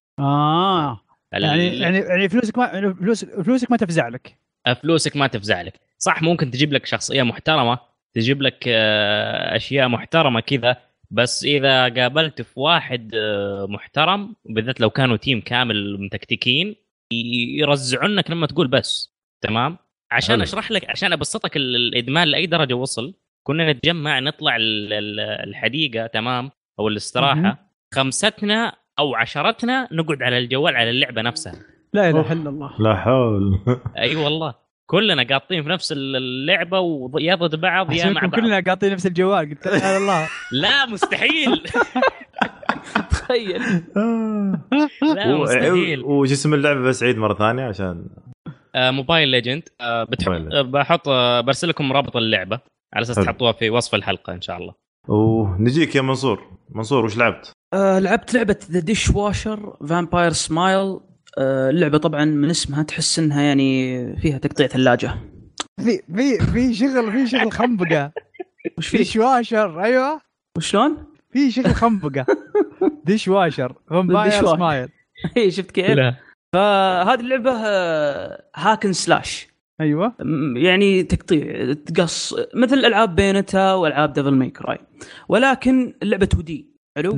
B: يعني فلوسك ما تفزع لك.
D: فلوسك ما تفزع لك، صح. ممكن تجيب لك شخصيه محترمه، تجيب لك اشياء محترمه كذا، بس اذا قابلت في واحد محترم، بالذات لو كانوا تيم كامل متكتكين، يرزعونك لما تقول بس تمام. عشان اشرح لك، عشان ابسطك الادمان لاي درجه وصل، كنا نتجمع نطلع الحديقه تمام او الاستراحه، خمستنا او عشرتنا نقعد على الجوال على اللعبه نفسها.
B: لا اله الا الله،
A: لا حول.
D: اي والله كلنا قاطين في نفس اللعبه ويا ضد بعض يا مع بعض،
B: كلنا قاطين نفس الجوال. قلت لا الله
D: لا مستحيل. تخيل. لا مستحيل.
A: وش اسم اللعبه بس عيد مره ثانيه عشان
D: موبايل ليجند. بحط برسل لكم رابط اللعبه على اساس تحطوها في وصف الحلقه ان شاء الله.
A: ونجيك يا منصور وش لعبت؟
C: لعبت لعبه ذا ديش واشر فامباير سمايل. اللعبه طبعا من اسمها تحس انها يعني فيها تقطيع ثلاجه.
B: في شغل خنبقه.
C: وش في
B: ديش واشر؟ ايوه
C: وشلون
B: في شغل خنبقه. ديش واشر فامباير سمايل.
C: اي شفت كيف؟ فهذه اللعبه هاكن سلاش.
B: ايوه
C: يعني تقطيع تقص مثل العاب بينتا والعاب ديفل ماي كراي، ولكن اللعبه 2D حلو.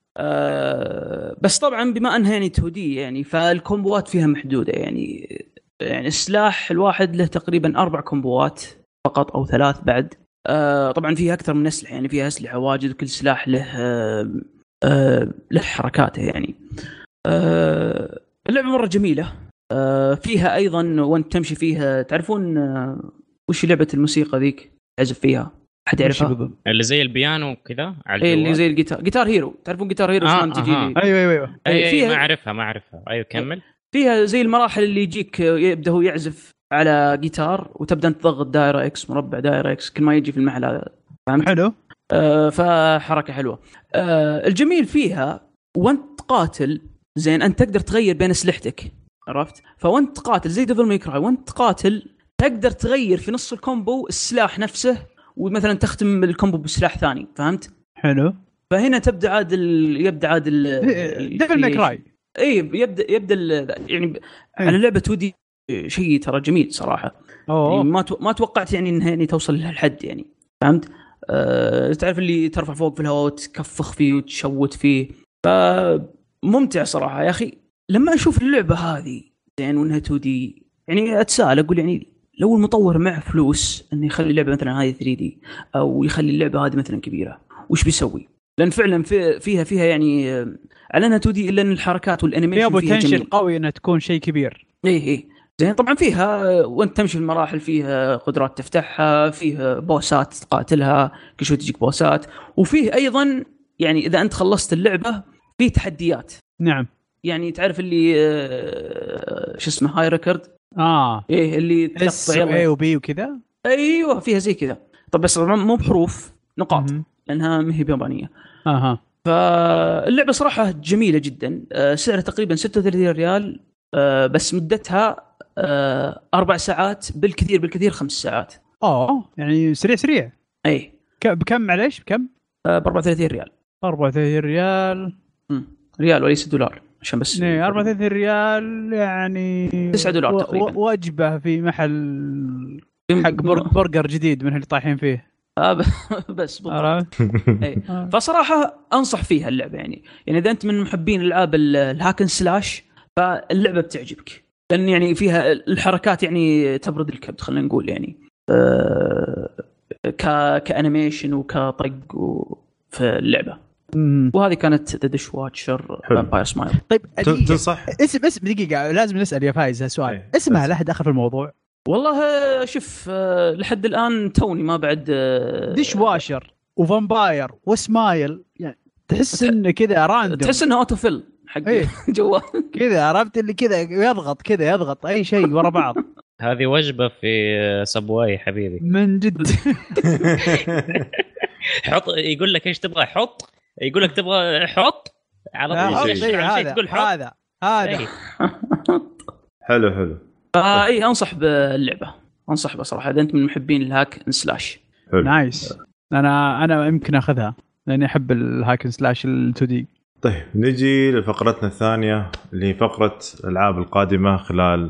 C: بس طبعا بما انها يعني 2D يعني فالكومبوات فيها محدوده. يعني السلاح الواحد له تقريبا 4 كومبوات فقط او 3 بعد. طبعا فيها اكثر من اسلحه، يعني فيها اسلحه واجد وكل سلاح له حركاته يعني. اللعبه مره جميله. فيها ايضا وانت تمشي فيها تعرفون وش لعبه الموسيقى ذيك تعزف فيها؟ احد يعرفها؟
D: اللي زي البيانو كذا على
C: الجوال. اللي زي الجيتار، جيتار هيرو. تعرفون جيتار هيرو شلون تجي لي؟
B: ايوه
D: فيها... ما اعرفها. ايوه كمل.
C: فيها زي المراحل اللي يجيك يبدا هو يعزف على جيتار وتبدا تضغط دائره اكس مربع دائره اكس كل ما يجي في المحل هذا. فهمت؟
B: حلو.
C: فحركه حلوه. الجميل فيها وانت قاتل زين انت تقدر تغير بين اسلحتك، عرفت؟ فوانت قاتل زي ديفل ماي كراي، وانت قاتل تقدر تغير في نص الكومبو السلاح نفسه، ومثلا تختم الكومبو بسلاح ثاني. فهمت؟
B: حلو.
C: فهنا يبدا عاد
B: ديفل ماي كراي.
C: اي يبدا يعني على لعبه 2D شيء ترى جميل صراحه. يعني ما توقعت يعني انها يعني توصل لهالحد يعني. فهمت؟ تعرف اللي ترفع فوق في الهواء وتكفخ فيه وتشوت فيه. فممتع صراحه يا اخي. لما اشوف اللعبه هذه زين وانها 2D يعني اتساءل اقول يعني لو المطور معه فلوس انه يخلي اللعبه مثلا هذه 3D او يخلي اللعبه هذه مثلا كبيره وش بيسوي؟ لان فعلا فيها يعني على انها 2D الا ان الحركات والانيميشن فيها
B: بوتنشل قوي انها تكون شيء كبير.
C: اي زين. طبعا فيها وانت تمشي في المراحل فيها قدرات تفتحها، فيها بوسات تقاتلها كل شوي تجيك بوسات، وفيه ايضا يعني اذا انت خلصت اللعبه في تحديات.
B: نعم.
C: يعني تعرف اللي شو اسمه هاي ريكورد. ايه اللي
B: تقطع اي وبي وكذا.
C: ايوه فيها زي كذا. طب بس مو بحروف، نقاط لانها ما هي بيابانيه. فاللعبه صراحه جميله جدا. سعرها تقريبا 36 ريال. بس مدتها 4 ساعات بالكثير 5 ساعات.
B: يعني سريع.
C: اي
B: بكم معليش بكم؟
C: ب 34 ريال.
B: 34 ريال.
C: ريال وليس دولار عشان بس.
B: 34 ريال يعني
C: 9 دولار تقريبا.
B: وجبه في محل حق برجر جديد من اللي طايحين فيه.
C: بس فصراحه انصح فيها اللعبه. يعني اذا انت من محبين العاب الهاكن سلاش فاللعبه بتعجبك، لان يعني فيها الحركات يعني تبرد الكبد خلينا نقول يعني كانيميشن وكطق في اللعبه. وهذه كانت ذا ديش واتشر فامباير سمايل.
B: طيب
A: تنصح
B: اسم دقيقه لازم نسال يا فايز هالسؤال. اسمها له دخل في الموضوع؟
C: والله شوف لحد الان توني ما بعد
B: ديش واشر وفامباير وسمايل يعني تحس انه كذا راندوم،
C: تحس انه اوتو فيل حق جوال
B: كذا. عرفت اللي كذا يضغط اي شيء ورا بعض.
D: هذه وجبه في سبواي حبيبي
B: من جد.
D: حط يقول لك ايش تبغى حط، يقول لك تبغى حط على طول
B: شيء تقول هذا
A: حلو.
C: اي انصح باللعبه، انصح بصراحه اذا انت من محبين الهاك سلاش.
B: نايس. انا يمكن اخذها لاني احب الهاك سلاش ال2D.
A: طيب نجي لفقرتنا الثانيه اللي هي فقره الالعاب القادمه خلال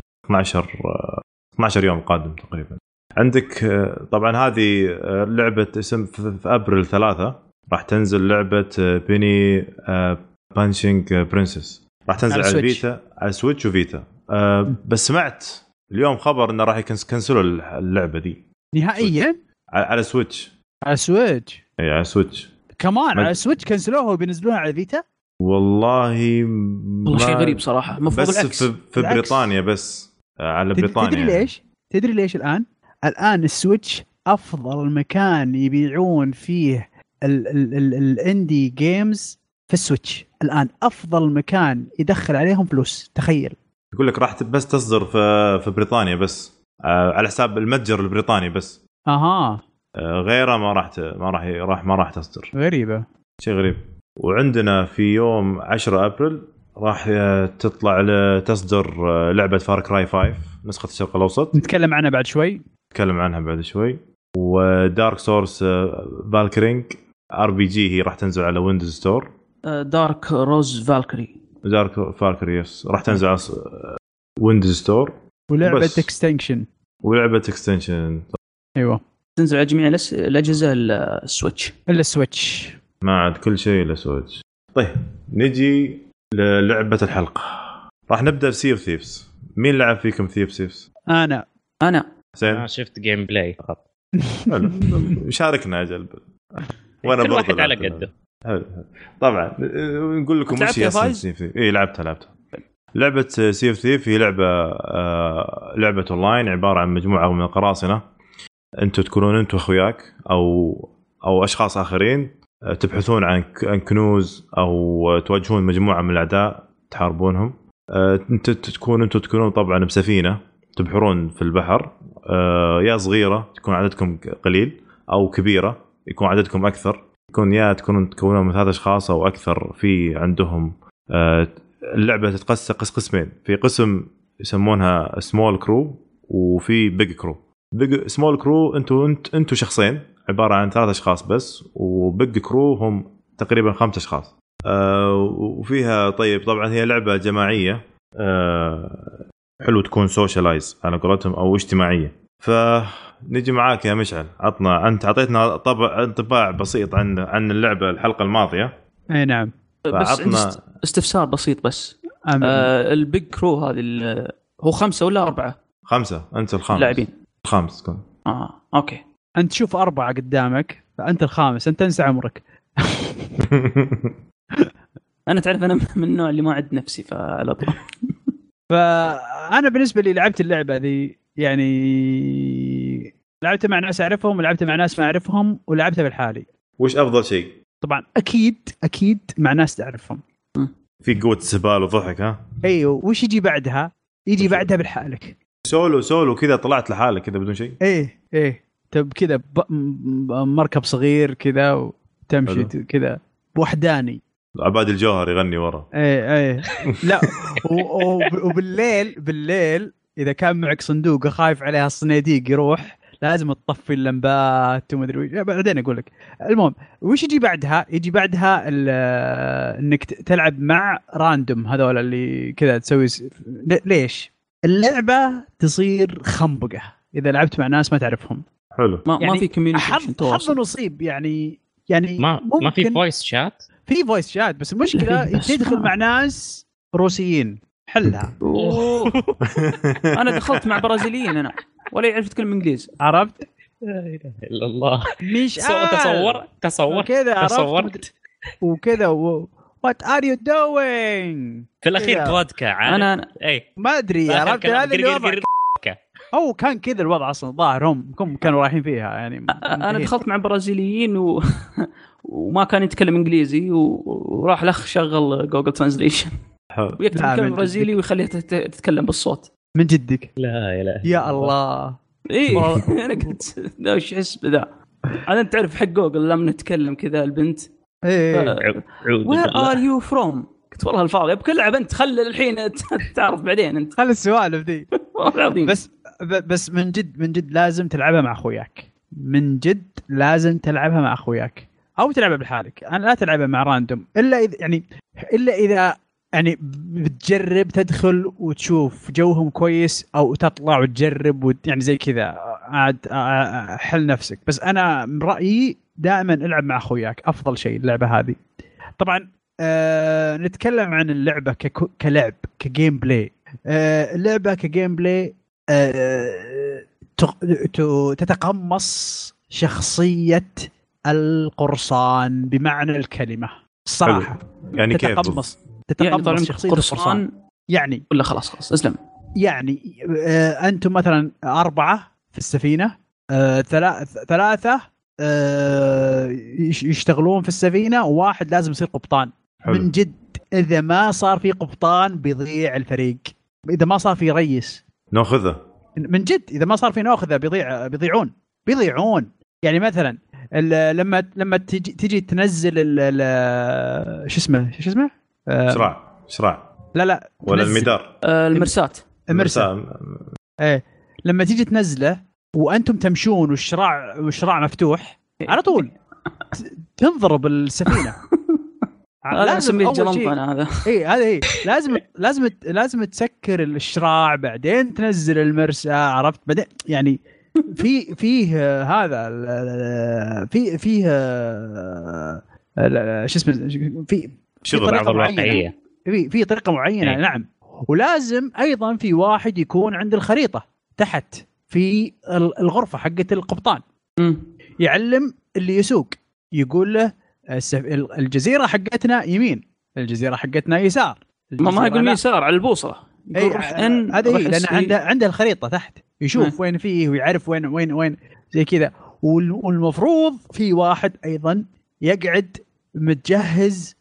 A: 12 يوم قادم تقريبا. عندك طبعا هذه لعبه اسم في ابريل 3 راح تنزل لعبه بيني بانشينج برنسس، راح تنزل على الفيتا على سويتش وفيتا. بس سمعت اليوم خبر انه راح يكنسلوا اللعبه دي
B: نهائيا
A: على سويتش.
B: على سويتش
A: اي على سويتش
B: كمان على سويتش كنسلوها وبينزلونها على فيتا.
A: والله
C: شيء غريب صراحه. المفروض
A: بس
C: العكس.
A: في بريطانيا بس على بريطانيا.
B: تدري ليش الان السويتش افضل مكان يبيعون فيه الاندي جيمز في السويتش. الان افضل مكان يدخل عليهم فلوس. تخيل
A: يقول لك راح بس تصدر في بريطانيا بس على حساب المتجر البريطاني بس. غيره ما راح تصدر.
B: غريبه،
A: شيء غريب. وعندنا في يوم 10 ابريل راح تطلع تصدر لعبه فار كراي 5 نسخه الشرق الاوسط،
B: نتكلم عنها بعد شوي. ودارك سورس فالكرينج RPG هي راح تنزل على ويندوز ستور.
C: دارك روز فالكري
A: يس راح تنزل على ويندوز ستور.
B: ولعبه اكستنشن ايوه
C: تنزل على جميع الاجهزه السويتش.
A: ما عاد كل شيء الا سويتش. طيب نجي للعبه الحلقه. راح نبدا بسي اوف ثيفز. مين لعب فيكم ثيفز؟
C: انا
D: ما شفت جيم بلاي فقط.
A: شاركنا اجل وانا
D: كل واحد
A: برضه
D: على قده.
A: طبعا نقول لكم وش هي لعبتها. لعبه سي اوف ثيف هي لعبه اونلاين عباره عن مجموعه من القراصنه. انتم تكونون انتم اخوياك او اشخاص اخرين تبحثون عن كنوز او تواجهون مجموعه من الاعداء تحاربونهم. انتم تكونون طبعا بسفينه تبحرون في البحر. يا صغيره تكون عددكم قليل او كبيره يكون عددكم اكثر. يكون يا تكونون من 3 اشخاص او اكثر. في عندهم اللعبه تتقسم قسمين. في قسم يسمونها سمول كرو وفي بيج كرو. سمول كرو انتوا شخصين عباره عن 3 اشخاص بس. وبيج كرو هم تقريبا 5 اشخاص. وفيها طيب طبعا هي لعبه جماعيه. حلو تكون سوشيالايز على قولتهم او اجتماعيه. فنجي معاك يا مشعل. انت اعطيتنا انطباع بسيط عن اللعبه الحلقه الماضيه.
B: اي نعم.
C: بس استفسار بسيط بس. البيج كرو هذه هو 5 ولا 4؟
A: 5. انت الخامس
C: لاعبين.
A: 5 كن.
C: اوكي.
B: انت شوف 4 قدامك فانت الخامس. انت انسى عمرك.
C: انا تعرف انا من النوع اللي ما عد نفسي فعلى طول.
B: فانا بالنسبه لي لعبت اللعبه ذي يعني لعبتها مع ناس اعرفهم ولعبتها مع ناس ما اعرفهم ولعبتها بالحالي.
A: وش افضل شيء؟
B: طبعا اكيد مع ناس تعرفهم.
A: في قوه سبال وضحك. ها
B: ايوه. وش يجي بعدها؟ يجي بعدها بالحالك
A: سولو كذا طلعت لحالك كذا بدون شيء.
B: ايه طب كذا مركب صغير كذا وتمشي كذا وحداني.
A: عباد الجوهر يغني ورا.
B: ايه لا. وبالليل اذا كان معك صندوق خايف عليها الصناديق يروح لازم تطفي اللمبات وما ادري بعدين اقول لك. المهم وش يجي بعدها؟ يجي بعدها انك تلعب مع راندوم هذول اللي كذا تسوي ليش اللعبه تصير خنبقه اذا لعبت مع ناس ما تعرفهم.
A: حلو.
C: ما في كوميونيكيشن
B: حظ نصيب يعني
D: ما في فويس شات.
B: في فويس شات بس المشكله تدخل مع ناس روسيين حلها.
C: انا دخلت مع برازيليين انا ولا يعرف يتكلم انجليزي.
B: عرفت؟
D: لا اله الا الله.
B: مش
D: تصورت
B: وكذا وات ار يو دوينج
D: في الاخير فودكا.
C: انا
D: اي
B: ما ادري. عرفت هذا الوضع او كان كذا الوضع اصلا ظاهرهم كانوا رايحين فيها يعني.
C: انا دخلت مع برازيليين وما كان يتكلم انجليزي وراح الاخ شغل جوجل ترانزليشن ويكتب كلمه برازيلي ويخليها تتكلم بالصوت.
B: من جدك؟
D: لا اله
B: يا الله.
C: ايه انا قلت ذا وش حسب ذا. انا انت تعرف حق جوجل لما نتكلم كذا البنت Where are you from؟ قلت والله الفاضي بكل لعبه انت خلي الحين تعرف بعدين انت
B: خلي السوالف دي.
C: والله
B: بس من جد لازم تلعبها مع اخوياك. من جد لازم تلعبها مع اخوياك. او تلعبها بحالك. انا لا تلعبها مع راندوم الا اذا يعني بتجرب تدخل وتشوف جوهم كويس، او تطلع وتجرب يعني زي كذا عاد حل نفسك. بس انا من رايي دائما العب مع اخوياك، افضل شيء اللعبه هذه. طبعا نتكلم عن اللعبه كلعب كجيم بلاي. اللعبه كجيم بلاي تتقمص شخصيه القرصان بمعنى الكلمه الصراحه.
A: يعني
B: تتقمص
C: يعني
B: شخصيه القرصان يعني
C: ولا خلاص اسلم.
B: يعني انتم مثلا 4 في السفينه، 3 يشتغلون في السفينه، وواحد لازم يصير قبطان. حلو. من جد اذا ما صار في قبطان بيضيع الفريق، اذا ما صار في رئيس
A: ناخذه،
B: من جد اذا ما صار في ناخذه بيضيعون. يعني مثلا لما تجي تنزل شو اسمه
A: شراع
B: لا
A: ولا المدار،
B: المرسى. ايه لما تيجي تنزله وانتم تمشون والشراع مفتوح على طول تنضرب السفينه.
C: لازم الجلنطان هذا.
B: ايه هذا ايه لازم تسكر الشراع بعدين تنزل المرسى، عرفت؟ بعدين يعني فيه هذا فيه شو اسمه في
D: شغل واقعيه،
B: في طريقه معينه. نعم. ولازم ايضا في واحد يكون عند الخريطه تحت في الغرفه حقت القبطان، يعلم اللي يسوق، يقول له الجزيره حقتنا يمين، الجزيره حقتنا يسار.
C: ما يقول يسار على البوصله، يقول روح ان
B: هذا لان عنده الخريطه تحت، يشوف وين فيه ويعرف وين زي كذا. والمفروض في واحد ايضا يقعد متجهز،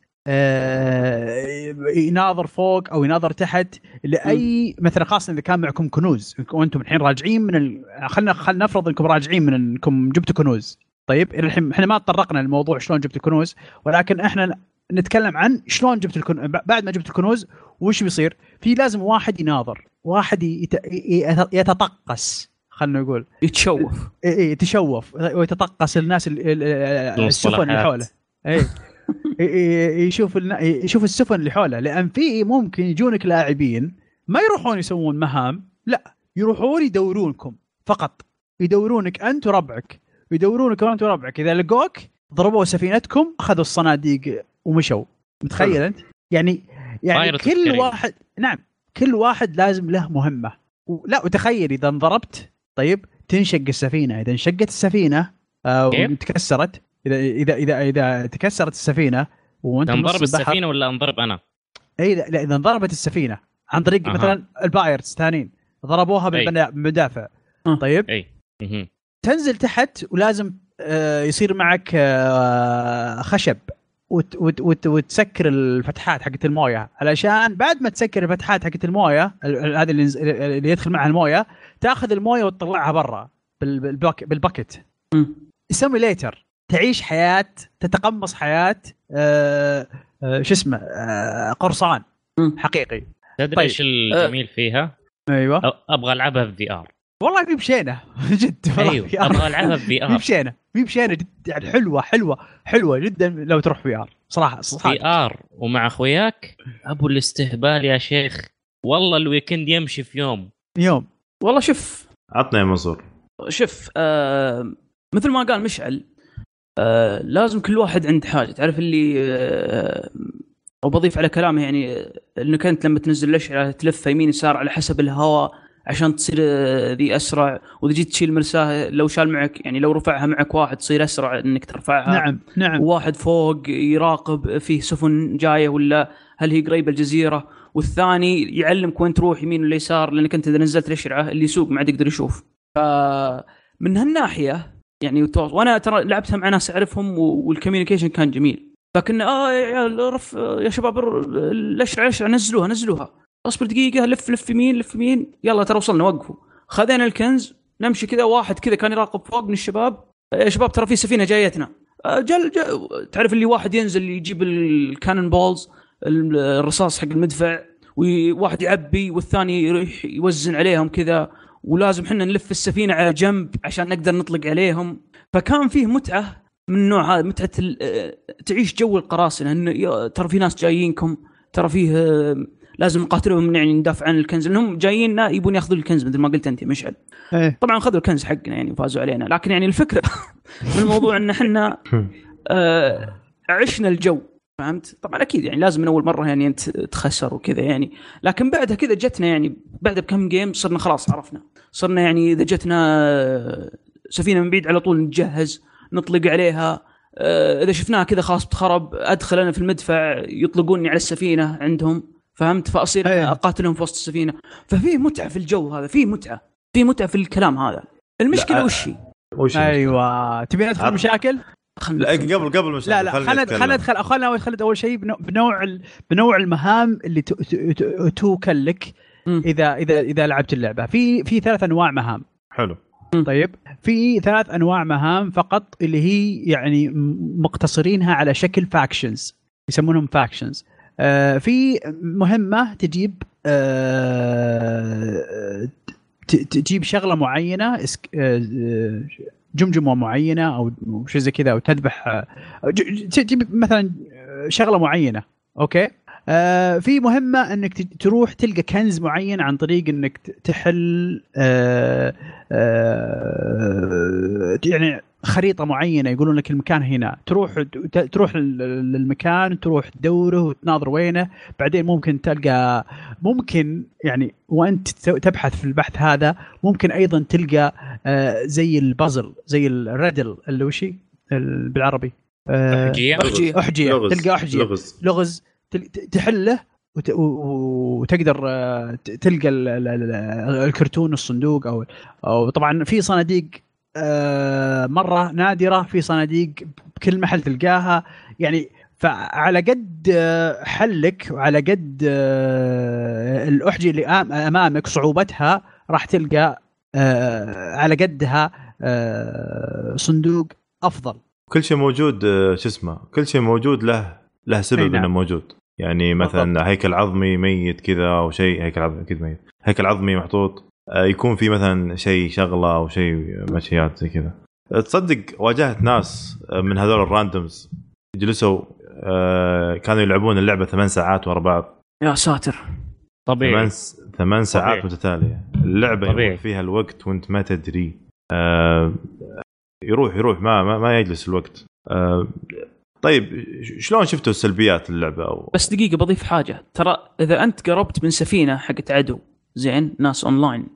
B: يناظر فوق او يناظر تحت لاي مثلا، خاصه اذا كان معكم كنوز وانتم الحين راجعين من خلنا نفرض انكم راجعين من انكم جبتوا كنوز. طيب الحين احنا ما تطرقنا للموضوع شلون جبتوا كنوز، ولكن احنا نتكلم عن شلون جبت بعد ما جبت الكنوز وش بيصير. في لازم واحد يناظر، واحد يتطقس، خلنا نقول
C: يتشوف،
B: يتشوف ويتطقس الناس السفن اللي حوله. يشوف السفن اللي حوله، لان في ممكن يجونك لاعبين ما يروحون يسوون مهام، لا يروحون يدورونكم فقط، يدورونك انت وربعك، اذا لقوك ضربوا سفينتكم، اخذوا الصناديق ومشوا. متخيل انت؟ يعني كل واحد، نعم كل واحد لازم له مهمه. لا وتخيل اذا انضربت، طيب تنشق السفينه، اذا انشقت السفينه وتكسرت، اذا تكسرت السفينه وانت
D: انضرب السفينه ولا انضرب انا؟
B: اي لا اذا انضربت السفينه عن طريق مثلا البايرتس ثانيين ضربوها بالمدافع، طيب
D: اي
B: تنزل تحت ولازم يصير معك خشب وتسكر الفتحات حقت المويه، علشان بعد ما تسكر الفتحات حقت المويه هذه اللي يدخل معها المويه، تاخذ المويه وتطلعها برا بالباكت. سيميليتر، تعيش حياه، تتقمص حياه شو اسمه قرصان حقيقي.
D: تدري ايش الجميل فيها؟
B: ايوه
D: ابغى العبها في في ار.
B: والله في بشينه جد.
D: ايوه ابغى العبها في ار.
B: في بشينه جد، يعني حلوه جدا لو تروح في ار صراحه.
D: في ار ومع اخوياك ابو الاستهبال يا شيخ، والله الويكند يمشي في يوم.
C: والله شوف،
A: عطنا يا منصور.
C: شوف مثل ما قال مشعل، لازم كل واحد عنده حاجه، تعرف اللي وبضيف على كلامه، يعني انك انت لما تنزل الاشعه تلف يمين يسار على حسب الهواء عشان تصير ذي اسرع، واذا جيت تشيل مرساه لو شال معك، يعني لو رفعها معك واحد تصير اسرع انك ترفعها.
B: نعم.
C: وواحد فوق يراقب فيه سفن جايه ولا هل هي قريبه الجزيره، والثاني يعلمك وين تروح يمين ولا يسار، لانك انت اذا نزلت الاشعه اللي يسوق ما عاد يقدر يشوف. فمن هالناحيه يعني وانا ترى لعبتها مع ناس اعرفهم والكوميونيكيشن كان جميل. لكن يا شباب الاشعه نزلوها، اصبر دقيقه، لف يمين يلا ترى وصلنا، وقفوا، خذينا الكنز نمشي كذا. واحد كذا كان يراقب فوق من الشباب، يا شباب ترى في سفينه جايتنا. جل تعرف اللي واحد ينزل يجيب الكانون بولز، الرصاص حق المدفع، وواحد يعبي والثاني يروح يوزن عليهم كذا، ولازم حنا نلف السفينه على جنب عشان نقدر نطلق عليهم. فكان فيه متعه من نوع هذا متعه تعيش جو القراصنه، انه ترى في ناس جايينكم، ترى فيه لازم نقاتلهم يعني ندافع عن الكنز، لانهم جاييننا يبون ياخذوا الكنز مثل ما قلت انت مشعل. طبعا خذوا الكنز حقنا يعني وفازوا علينا، لكن يعني الفكره من الموضوع ان احنا عشنا الجو، فهمت؟ طبعا اكيد يعني لازم من اول مره يعني انت تخسر وكذا يعني، لكن بعدها كذا جتنا يعني بعد بكم جيم صرنا خلاص عرفنا، صرنا يعني اذا جتنا سفينه من بعيد على طول نتجهز نطلق عليها، اذا شفناها كذا خلاص بتخرب ادخل انا في المدفع يطلقوني على السفينه عندهم، فهمت؟ فاصير اقاتلهم في وسط السفينه. ففي متعه في الجو هذا، في متعه في الكلام هذا. المشكله وش
B: ايوه تبي ندخل مشاكل؟
A: لا قبل مش
B: لا خلنا اول شيء بنوع المهام اللي توكل لك اذا لعبت اللعبه. في 3 انواع مهام.
A: حلو.
B: طيب في 3 انواع مهام فقط اللي هي يعني مقتصرينها على شكل فاكشنز، يسمونهم فاكشنز. في مهمه تجيب تجيب شغله معينه، جمجمه معينه او شيء زي كذا، او تذبح تجيب مثلا شغله معينه. اوكي. في مهمه انك تروح تلقى كنز معين عن طريق انك تحل يعني خريطه معينه، يقولون لك المكان هنا، تروح للمكان، تروح تدوره وتناظر وينه. بعدين ممكن تلقى، ممكن يعني وانت تبحث في البحث هذا ممكن ايضا تلقى زي البازل، زي الريدل اللي وشي بالعربي احجيه. تلقى احجيه لغز تحله وتقدر تلقى الكرتون الصندوق او طبعا في صناديق مرة نادرة، في صناديق بكل محل تلقاها يعني. فعلى قد حلك وعلى قد الأحجية اللي أمامك صعوبتها راح تلقى على قدها صندوق أفضل.
A: كل شيء موجود، شو اسمه، كل شيء موجود له سبب انه موجود. يعني مثلا هيكل عظمي ميت كذا او شيء، هيكل عظمي اكيد ميت، هيكل عظمي محطوط، يكون في مثلا شيء شغله او شيء مشيات زي كذا. تصدق واجهت ناس من هذول الراندومز جلسوا كانوا يلعبون اللعبه 8 ساعات ورا بعض.
C: يا ساتر.
D: طبيعي
A: 8 ساعات متتاليه. اللعبه يروح فيها الوقت وانت ما تدري. يروح ما يجلس الوقت. طيب شلون شفتوا السلبيات اللعبه
C: بس دقيقه بضيف حاجه، ترى اذا انت قربت من سفينه حقت عدو زين ناس اونلاين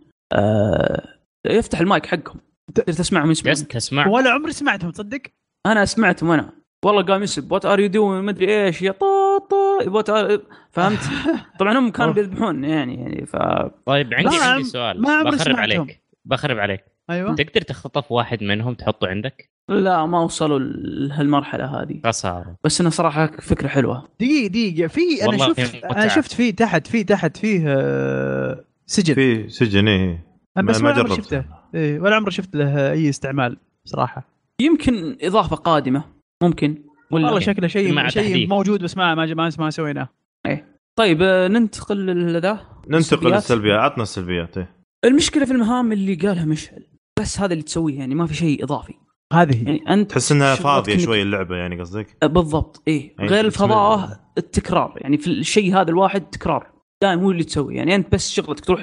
C: يفتح المايك حقهم تقدر تسمعهم
D: تسمع.
B: ولا عمري سمعتهم تصدق.
C: انا سمعتهم انا والله قام يسب وات ار يو دوين ما ادري ايش يا طاطا فهمت. طبعا هم كانوا بيذبحون يعني
D: طيب عندي سؤال بخرب عليك.
B: ايوه
D: تقدر تخطف واحد منهم تحطه عندك؟
C: لا ما وصلوا لهالمرحله هذه
D: خساره.
C: بس انا صراحه فكره حلوه.
B: دقيقه في انا شفت في تحت فيه سجن.
A: في سجن ايه
B: بس ما عمري شفته ولا عمري شفت له اي استعمال صراحه.
C: يمكن اضافه قادمه ممكن،
B: والله شكله شيء موجود بس ما سويناه.
C: ايه طيب ننتقل
A: للسلبيات. عطنا السلبيات.
C: المشكله في المهام اللي قالها مشعل، بس هذا اللي تسويه يعني ما في شيء اضافي.
B: هذه
C: يعني انت
A: تحس انها فاضيه شوي اللعبه يعني قصدك؟
C: بالضبط ايه يعني غير الفضاء التكرار يعني في الشيء هذا الواحد تكرار دائما هو اللي تسوي. يعني انت بس شغلتك تروح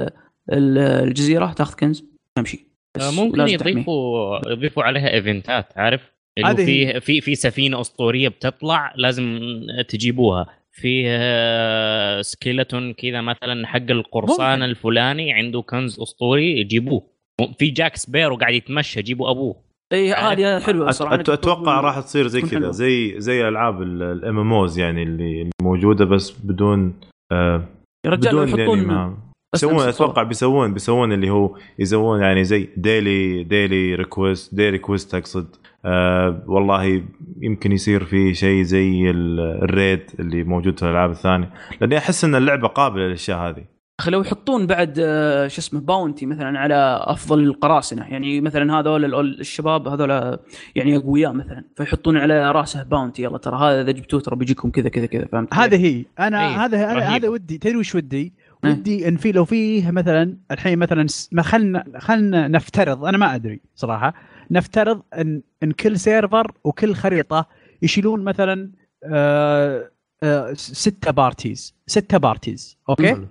C: الجزيره تاخذ كنز تمشي.
D: ممكن يضيفوا عليها ايفنتات، عارف اللي في سفينه اسطوريه بتطلع لازم تجيبوها، في سكيلتون كذا مثلا حق القرصان الفلاني عنده كنز اسطوري يجيبوه، في جاك سبيرو قاعد يتمشى جيبوا ابوه.
C: اي هذه حلوه صراحه.
A: اتوقع راح تصير زي كذا زي العاب الام ام اوز يعني اللي موجوده بس بدون
C: يا رجال يحطون
A: يعني اتوقع بيسوون اللي هو يسوون يعني زي ديلي ريكويست اقصد. والله يمكن يصير في شيء زي الريد اللي موجود في الالعاب الثانيه، لاني احس ان اللعبه قابله للاشياء هذه.
C: لو يحطون بعد شو اسمه باونتي مثلا على افضل القراصنه، يعني مثلا هذول الشباب هذول يعني اقوياء مثلا، فيحطون على راسه باونتي، يلا ترى هذا اذا جبتوه ترى بيجيكم كذا كذا كذا، فهمت؟
B: هذه هي انا هذا ودي تدري وش ودي ان في لو فيه مثلا الحين مثلا ما خلنا نفترض، انا ما ادري صراحه، نفترض ان كل سيرفر وكل خريطه يشيلون مثلا 6 بارتيز اوكي.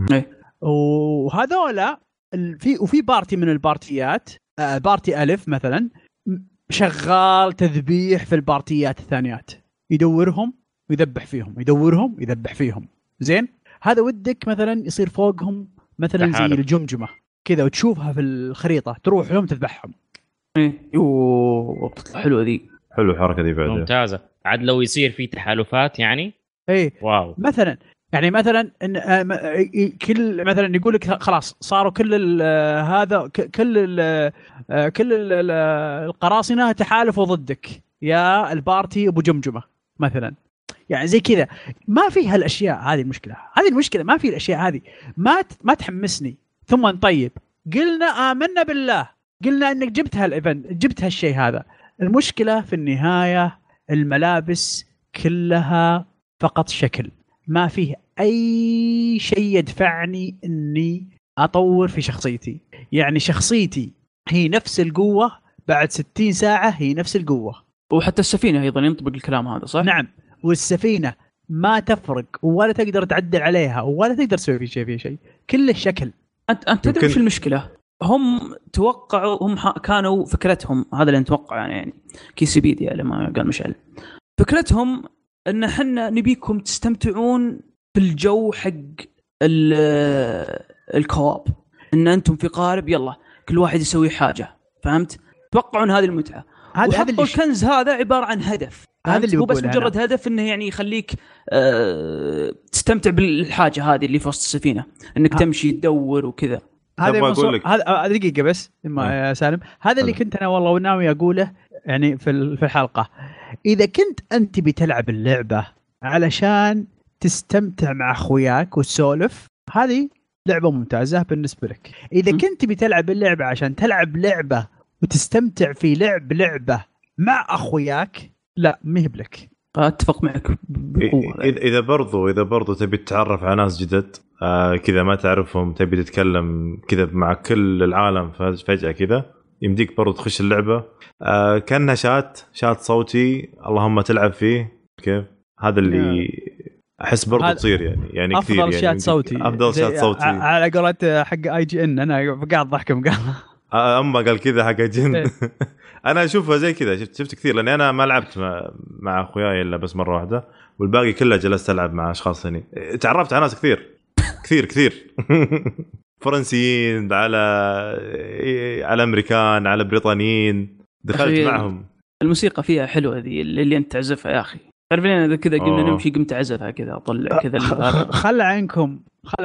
B: وهذولا وفي بارتي من البارتيات بارتي ألف مثلا شغال تذبيح في البارتيات الثانيات، يدورهم ويذبح فيهم، يدورهم يذبح فيهم. زين هذا ودك مثلا يصير فوقهم مثلا زي الجمجمة كذا وتشوفها في الخريطة تروح لهم تذبحهم.
C: يوه حلوة ذي،
A: حلو الحركة دي بعد
D: ممتازة. عاد لو يصير في تحالفات يعني واو
B: مثلا يعني مثلا إن كل مثلا يقول لك خلاص صاروا كل هذا كل القراصنة تحالفوا ضدك يا البارتي ابو جمجمة مثلا، يعني زي كذا. ما في هالاشياء هذه، المشكله ما في الاشياء هذه، ما تحمسني. ثم طيب قلنا آمنا بالله، قلنا انك جبت هالايفنت، جبت هالشيء هذا. المشكله في النهايه الملابس كلها فقط شكل، ما فيه اي شيء يدفعني اني اطور في شخصيتي. يعني شخصيتي هي نفس القوه بعد 60 ساعه، هي نفس القوه.
C: وحتى السفينه ايضا ينطبق الكلام هذا صح؟
B: نعم، والسفينه ما تفرق ولا تقدر تعدل عليها ولا تقدر تسوي في شيء، كله شكل.
C: انت تدري ايش المشكله؟ هم توقعوا، هم كانوا فكرتهم هذا اللي نتوقع يعني كيسي بيديا لما قال مشعل، فكرتهم ان احنا نبيكم تستمتعون بالجو حق الكواب، ان انتم في قارب يلا كل واحد يسوي حاجه، فهمت؟ توقعون هذه المتعه. هذا الكنز هذا عباره عن هدف، هذا اللي هو بس مجرد هدف انه يعني يخليك تستمتع بالحاجه هذه اللي في وسط السفينه، انك تمشي تدور وكذا.
B: هذا دقيقه بس يا سالم، هذا اللي كنت انا والله ناوي اقوله يعني في الحلقه. اذا كنت انت بتلعب اللعبه علشان تستمتع مع اخوياك وتسولف، هذه لعبه ممتازه بالنسبه لك. اذا كنت بتلعب اللعبه عشان تلعب لعبه وتستمتع في لعبه مع اخوياك، لا ما هي بلك.
C: اتفق معك
A: بقوه. اذا برضو تبي تتعرف على ناس جدد كذا ما تعرفهم، تبي تتكلم كذا مع كل العالم فجأة كذا، يمديك برضو تخش اللعبة كأنها شات صوتي اللهم تلعب فيه كيف. هذا اللي احس برضو تصير يعني كثير
B: افضل شات صوتي،
A: افضل شات صوتي
B: على قولة حق IGN. انا قاعد ضحك
A: اما قال كذا حق جن. انا اشوفها زي كذا، شفت كثير، لاني انا ما لعبت مع اخوياي الا بس مره واحده، والباقي كله جلست العب مع اشخاص ثانيين. تعرفت على ناس كثير فرنسيين، على امريكان، على بريطانيين، دخلت معهم.
C: الموسيقى فيها حلوه ذي اللي انت تعزفها يا اخي. تعرفين انا كذا قمنا نمشي قمت اعزفها كذا اطلع كذا.
B: خل عنكم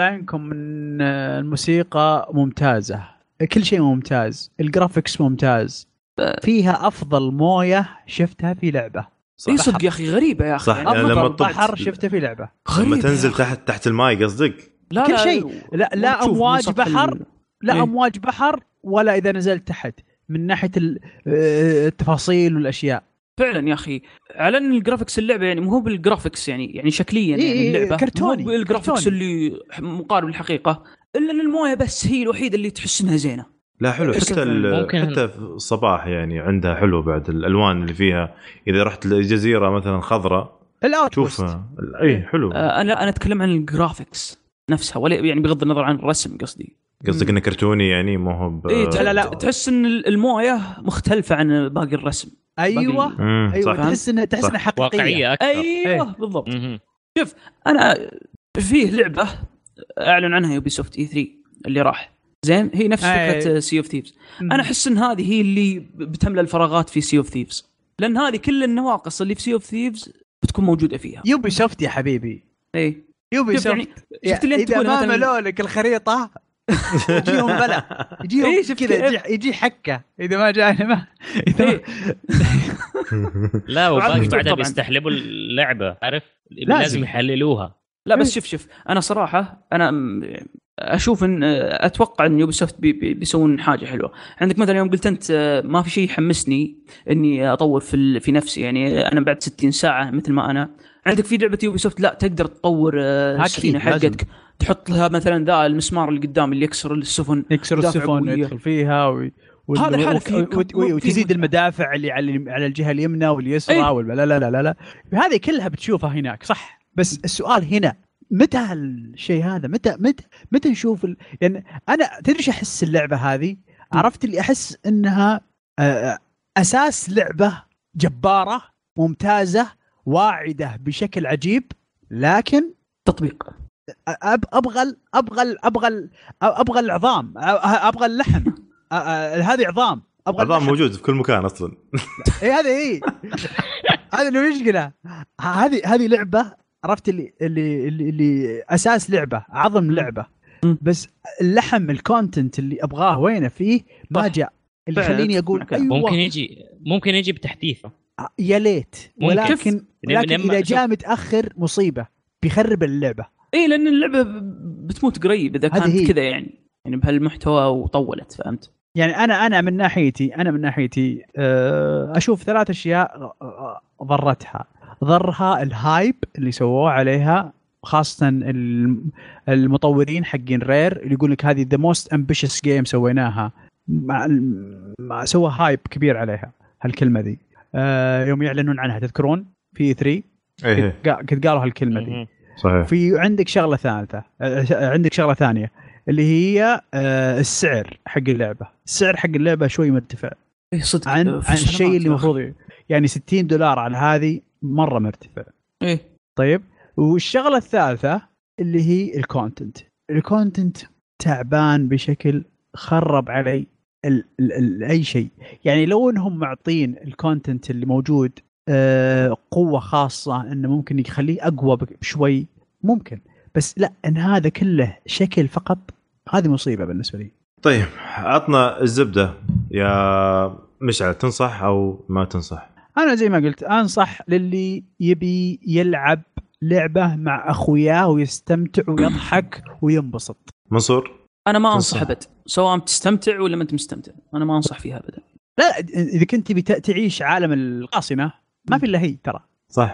B: من الموسيقى ممتازه، كل شيء ممتاز، الجرافيكس ممتاز، فيها افضل مويه شفتها في لعبه.
C: اي صدق يا اخي، غريبه يا اخي.
A: صح يعني
B: لما البحر شفته في لعبه،
A: لما تنزل تحت الماء قصدك.
B: لا كل شيء، لا امواج بحر، لا امواج بحر، ولا اذا نزلت تحت من ناحيه التفاصيل والاشياء.
C: فعلا يا اخي، على ان الجرافيكس اللعبه يعني مو بالجرافيكس يعني شكليا يعني اللعبه
B: كرتوني،
C: مو بالجرافيكس اللي مقارب للحقيقه، الا ان المويه بس هي الوحيده اللي تحس انها زينه.
A: لا حلو، حتى في الصباح يعني عندها حلو بعد الالوان اللي فيها. اذا رحت لجزيره مثلا خضراء تشوفها اي حلو.
C: انا اتكلم عن الجرافيكس نفسها، ولا يعني بغض النظر عن الرسم. قصدك انه كرتوني يعني مو هو لا تحس ان المويه مختلفه عن باقي الرسم.
B: ايوه تحس انها حقيقيه
D: واقعيه اكثر.
C: ايوه بالضبط. شوف انا فيه لعبه اعلن عنها يوبيسوفت E3 اللي راح، زين، هي نفس فكره سي اوف ثيفز. انا احس ان هذه هي اللي بتملى الفراغات في سي اوف ثيفز، لان هذه كل النواقص اللي في سي اوف ثيفز بتكون موجوده فيها.
B: يوبيسوفت يا حبيبي،
C: اي
B: يوبيسوفت يعني شفت اللي انت تقول ما ملوا لك الخريطه يجيهم بلا، يجيهم كذا، يجي حكه اذا ما جاء ما
D: لا، وباقي بعدها بيستحلبوا اللعبه، عارف، لازم يحللوها.
C: لا بس شوف انا صراحه انا اشوف ان اتوقع ان يوبيسوفت بيسوون حاجه حلوه. عندك مثلا يوم قلت انت ما في شيء يحمسني اني اطور في نفسي، يعني انا بعد 60 ساعه مثل ما انا. عندك في لعبه يوبيسوفت لا تقدر تطور السفينه حقتك، تحط لها مثلا ذا المسمار اللي قدام اللي يكسر السفن
B: يدخل فيها
C: هذا حالك
B: وتزيد المدافع اللي على الجهه اليمنى واليسرى لا لا لا لا هذه كلها بتشوفها هناك صح. بس السؤال هنا متى هالشيء هذا متى نشوف يعني انا تدري احس اللعبه هذه عرفت اللي احس انها اساس لعبه جباره ممتازه واعده بشكل عجيب، لكن
C: تطبيق
B: ابغى العظام، ابغى اللحم هذه عظام
A: موجود في كل مكان اصلا.
B: هذه المشكله. هذه لعبه عرفت اللي اساس لعبه عظم لعبه، بس اللحم الكونتنت اللي ابغاه وينه فيه ما جاء، اللي يخليني اقول
D: أيوة ممكن يجي بتحديثه
B: يا ليت، ولكن اذا جاء متاخر مصيبه بيخرب اللعبه.
C: لان اللعبه بتموت قريب اذا كانت كذا يعني بهالمحتوى وطولت، فهمت؟
B: يعني انا من ناحيتي اشوف 3 أشياء ضرها الهايب اللي سووه عليها، خاصه المطورين حقين رير اللي يقول لك هذه the most ambitious game سويناها، ما سوى هايب كبير عليها هالكلمه دي. يوم يعلنون عنها تذكرون في 3 كنت قالوا هالكلمه دي
A: صحيح.
B: في عندك شغله ثانيه اللي هي السعر حق اللعبه شوي مرتفع
C: صدق
B: عن الشيء اللي المفروض يعني $60 على هذه مره مرتفع. طيب والشغله الثالثه اللي هي الكونتنت تعبان بشكل خرب علي اي شيء. يعني لو انهم معطين الكونتنت اللي موجود قوه خاصه انه ممكن يخليه اقوى بشوي ممكن، بس لا ان هذا كله شكل فقط، هذه مصيبه بالنسبه لي.
A: طيب عطنا الزبده يا مشعل، تنصح او ما تنصح؟
B: انا زي ما قلت انصح للي يبي يلعب لعبه مع اخوياه ويستمتع ويضحك وينبسط.
A: منصور؟
C: انا ما انصح ابد، سواء تستمتع ولا ما انت مستمتع، انا ما انصح فيها ابدا.
B: لا اذا كنت تعيش عالم القاصمه ما في الا هي ترى
A: صح.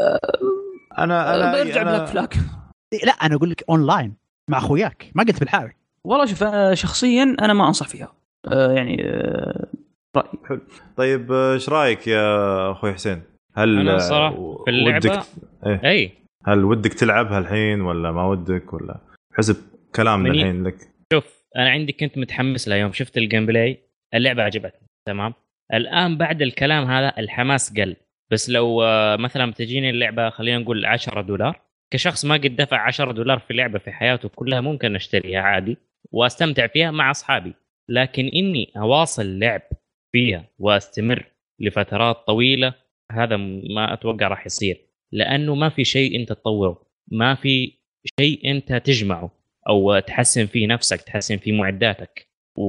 A: انا
C: برجع بلاك فلاك.
B: لا انا اقول لك اونلاين مع اخوياك، ما قلت بالحال.
C: والله شوف شخصيا انا ما انصح فيها يعني رايي.
A: حلو. طيب ايش رايك يا اخوي حسين؟ هل
D: انا صراحه في اللعبه
A: هل ودك تلعبها الحين ولا ما ودك، ولا حسب كلامنا الحين لك؟
D: شوف انا عندي كنت متحمس لها يوم شفت الجيم بلاي، اللعبه عجبتني تمام. الان بعد الكلام هذا الحماس قل. بس لو مثلا تجيني اللعبه خلينا نقول $10 كشخص ما قد دفع $10 في لعبه في حياته كلها، ممكن اشتريها عادي واستمتع فيها مع اصحابي. لكن اني اواصل لعب فيها واستمر لفترات طويله، هذا ما اتوقع راح يصير، لانه ما في شيء انت تطوره، ما في شيء انت تجمعه او تحسن فيه نفسك، تحسن فيه معداتك.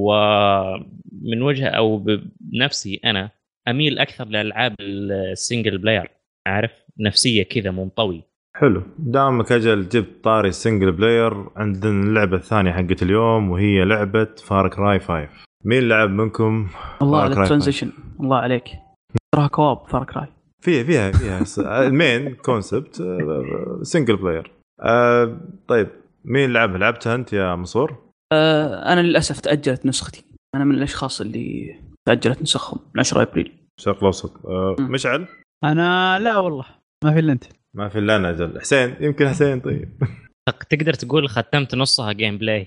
D: ومن وجهه او بنفسي انا اميل اكثر لالعاب السنجل بلاير، عارف، نفسيه كذا منطوي.
A: حلو، دامك اجل جبت طاري السنجل بلاير، عندنا اللعبه الثانيه حقت اليوم وهي لعبه فار كراي 5. مين لعب منكم؟
C: الله على الترانزيشن، الله عليك، تراها كواب فار كراي.
A: فيها المين كونسبت سنجل بلاير. طيب مين لعبها؟ لعبتها انت يا منصور؟
C: انا للاسف تاجلت نسختي، انا من الاشخاص اللي تاجلت نسخهم من 10 ابريل.
A: شرق الاوسط. مشعل؟
B: انا لا والله ما في الا انت.
A: ما في الا انا. اجل حسين، يمكن حسين. طيب
D: تقدر تقول ختمت نصها جيم بلاي.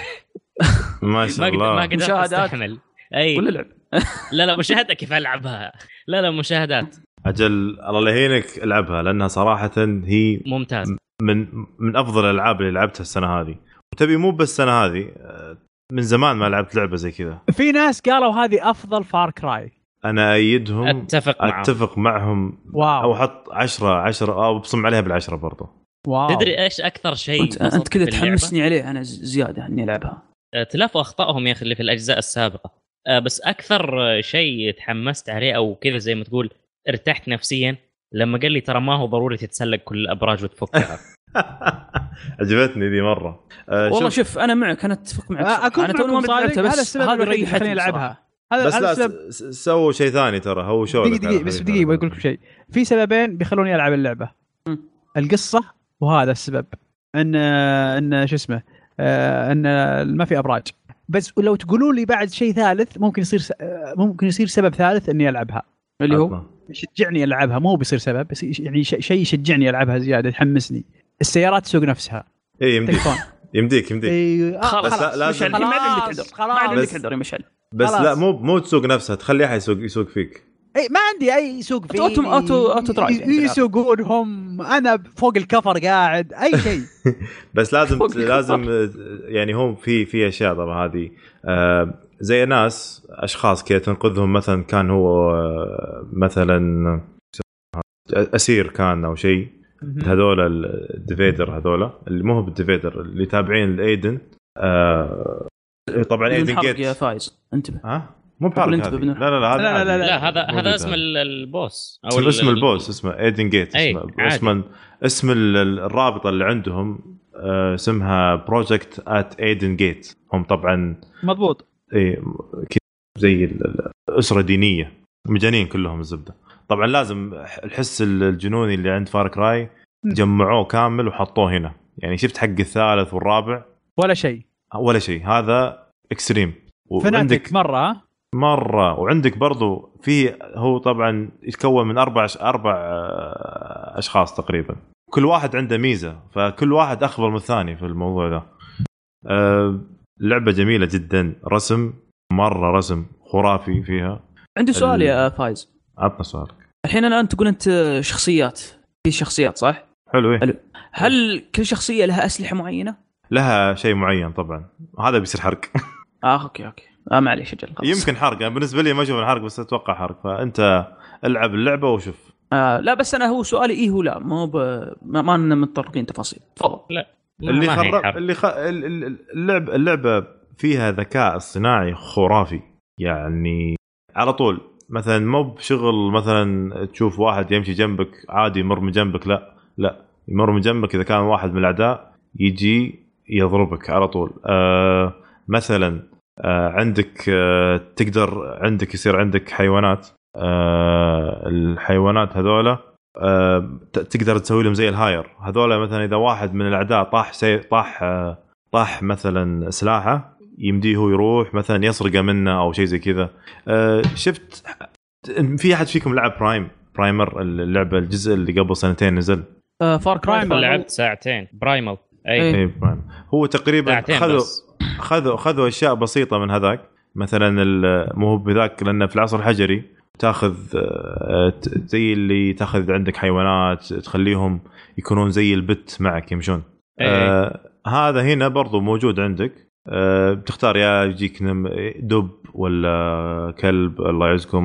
A: ما شاء الله.
D: ما قدرت استحمل. اي
C: كل لعب.
D: لا مشاهدات كيف العبها. لا مشاهدات.
A: اجل الله يهينك العبها، لانها صراحه هي
D: ممتاز،
A: من افضل الالعاب اللي لعبتها السنه هذه. وتبي مو بس السنه هذه، من زمان ما لعبت لعبه زي كذا.
B: في ناس قالوا هذه افضل فار كراي،
A: انا ايدهم، اتفق معهم.
B: واو.
A: او حط 10 او بصم عليها بالعشرة برضو.
B: واو.
D: تدري ايش اكثر شيء
C: انت كذا تحمسني عليه انا زياده اني العبها.
D: تلافوا اخطائهم يا اخي اللي في الاجزاء السابقه. بس اكثر شيء تحمست عليه او كذا زي ما تقول ارتحت نفسيا لما قال لي ترى ما هو ضروري تتسلق كل الابراج وتفكها.
A: عجبتني ذي مره.
C: والله شوف انا معك، انا اتفق معك.
B: انا توني ما لعبتها، بس هذا السبب اللي يخليني العبها.
A: بس لا سووا شيء ثاني ترى، هو شو
B: دقيقة بس دقيقة بقول لكم شيء. في سببين بيخلوني العب اللعبه، القصه وهذا السبب ان شو اسمه ان ما في ابراج. بس ولو تقولوا لي بعد شيء ثالث ممكن يصير سبب ثالث اني العبها، اللي هو يشجعني العبها. مو بيصير سبب بس يعني شيء يشجعني العبها زياده، يحمسني. السيارات تسوق نفسها.
A: اي يمديك
C: خلاص لازم ما عندك عذر يا مشعل.
A: بس لا مو تسوق نفسها، تخلي احد يسوق فيك.
B: اي ما عندي اي يسوق فيك،
C: اوتو درايف
B: يسوقونهم، انا فوق الكفر قاعد اي شيء.
A: بس لازم يعني هم في اشياء طبعا هذه زي ناس اشخاص كذا تنقذهم، مثلا كان هو مثلا اسير كان او شيء، هذول الديفيدر، هذول اللي مو هو بالديفيدر اللي تابعين الايدن. طبعا ايدن جيت
C: يا فايز انتبه.
A: مو بحرق
D: لا هذا اسم البوس
A: او اسم البوس، اسمه ايدن جيت. اسم الرابطه اللي عندهم اسمها بروجكت ات ايدن جيت. هم طبعا
B: مضبوط
A: اي زي الاسره دينيه مجانين كلهم الزبده. طبعا لازم الحس الجنوني اللي عند فار كراي جمعوه كامل وحطوه هنا. يعني شفت حق الثالث والرابع ولا شيء هذا اكستريم.
B: وعندك
A: مرة وعندك برضو في هو طبعا يتكون من أربع أشخاص تقريبا، كل واحد عنده ميزة، فكل واحد أخبر من الثاني في الموضوع ده. لعبة جميلة جدا، رسم خرافي فيها.
C: عندي سؤال يا فايز.
A: عطنا سؤالك.
C: الحين الآن تقول أنت شخصيات، في شخصيات صح؟
A: حلو.
C: هل كل شخصية لها أسلحة معينة؟
A: لها شيء معين طبعا، هذا بيصير حرق.
C: اوكي معليش اجل خلاص.
A: يمكن حرق، يعني بالنسبه لي ما اشوف الحرق، بس اتوقع حرق، فانت العب اللعبه وشوف.
C: لا بس انا هو سؤالي ايه هو لا ما متطرقين تفاصيل. تفضل.
D: لا
A: اللعبه فيها ذكاء اصطناعي خرافي، يعني على طول مثلا مو بشغل مثلا تشوف واحد يمشي جنبك عادي يمر من جنبك، لا يمر من جنبك اذا كان واحد من الاعداء يجي يضربك على طول. مثلا عندك تقدر يصير عندك حيوانات، الحيوانات هذولا تقدر تسوي لهم زي الهاير. هذولا مثلا اذا واحد من الاعداء طاح مثلا سلاحه، يمديه هو يروح مثلا يسرقه منه او شيء زي كذا. شفت في احد فيكم لعب برايمر اللعبه الجزء اللي قبل سنتين نزل؟
C: فار كراي
D: لعبت ساعتين برايمال.
A: اي برايمر. هو تقريبا خذوا اشياء بسيطه من هذاك، مثلا مو بذاك لانه في العصر الحجري تاخذ زي اللي تاخذ عندك حيوانات تخليهم يكونون زي البت معك يمشون. هذا هنا برضو موجود عندك. بتختار يا يجيك دب ولا كلب الله يعزكم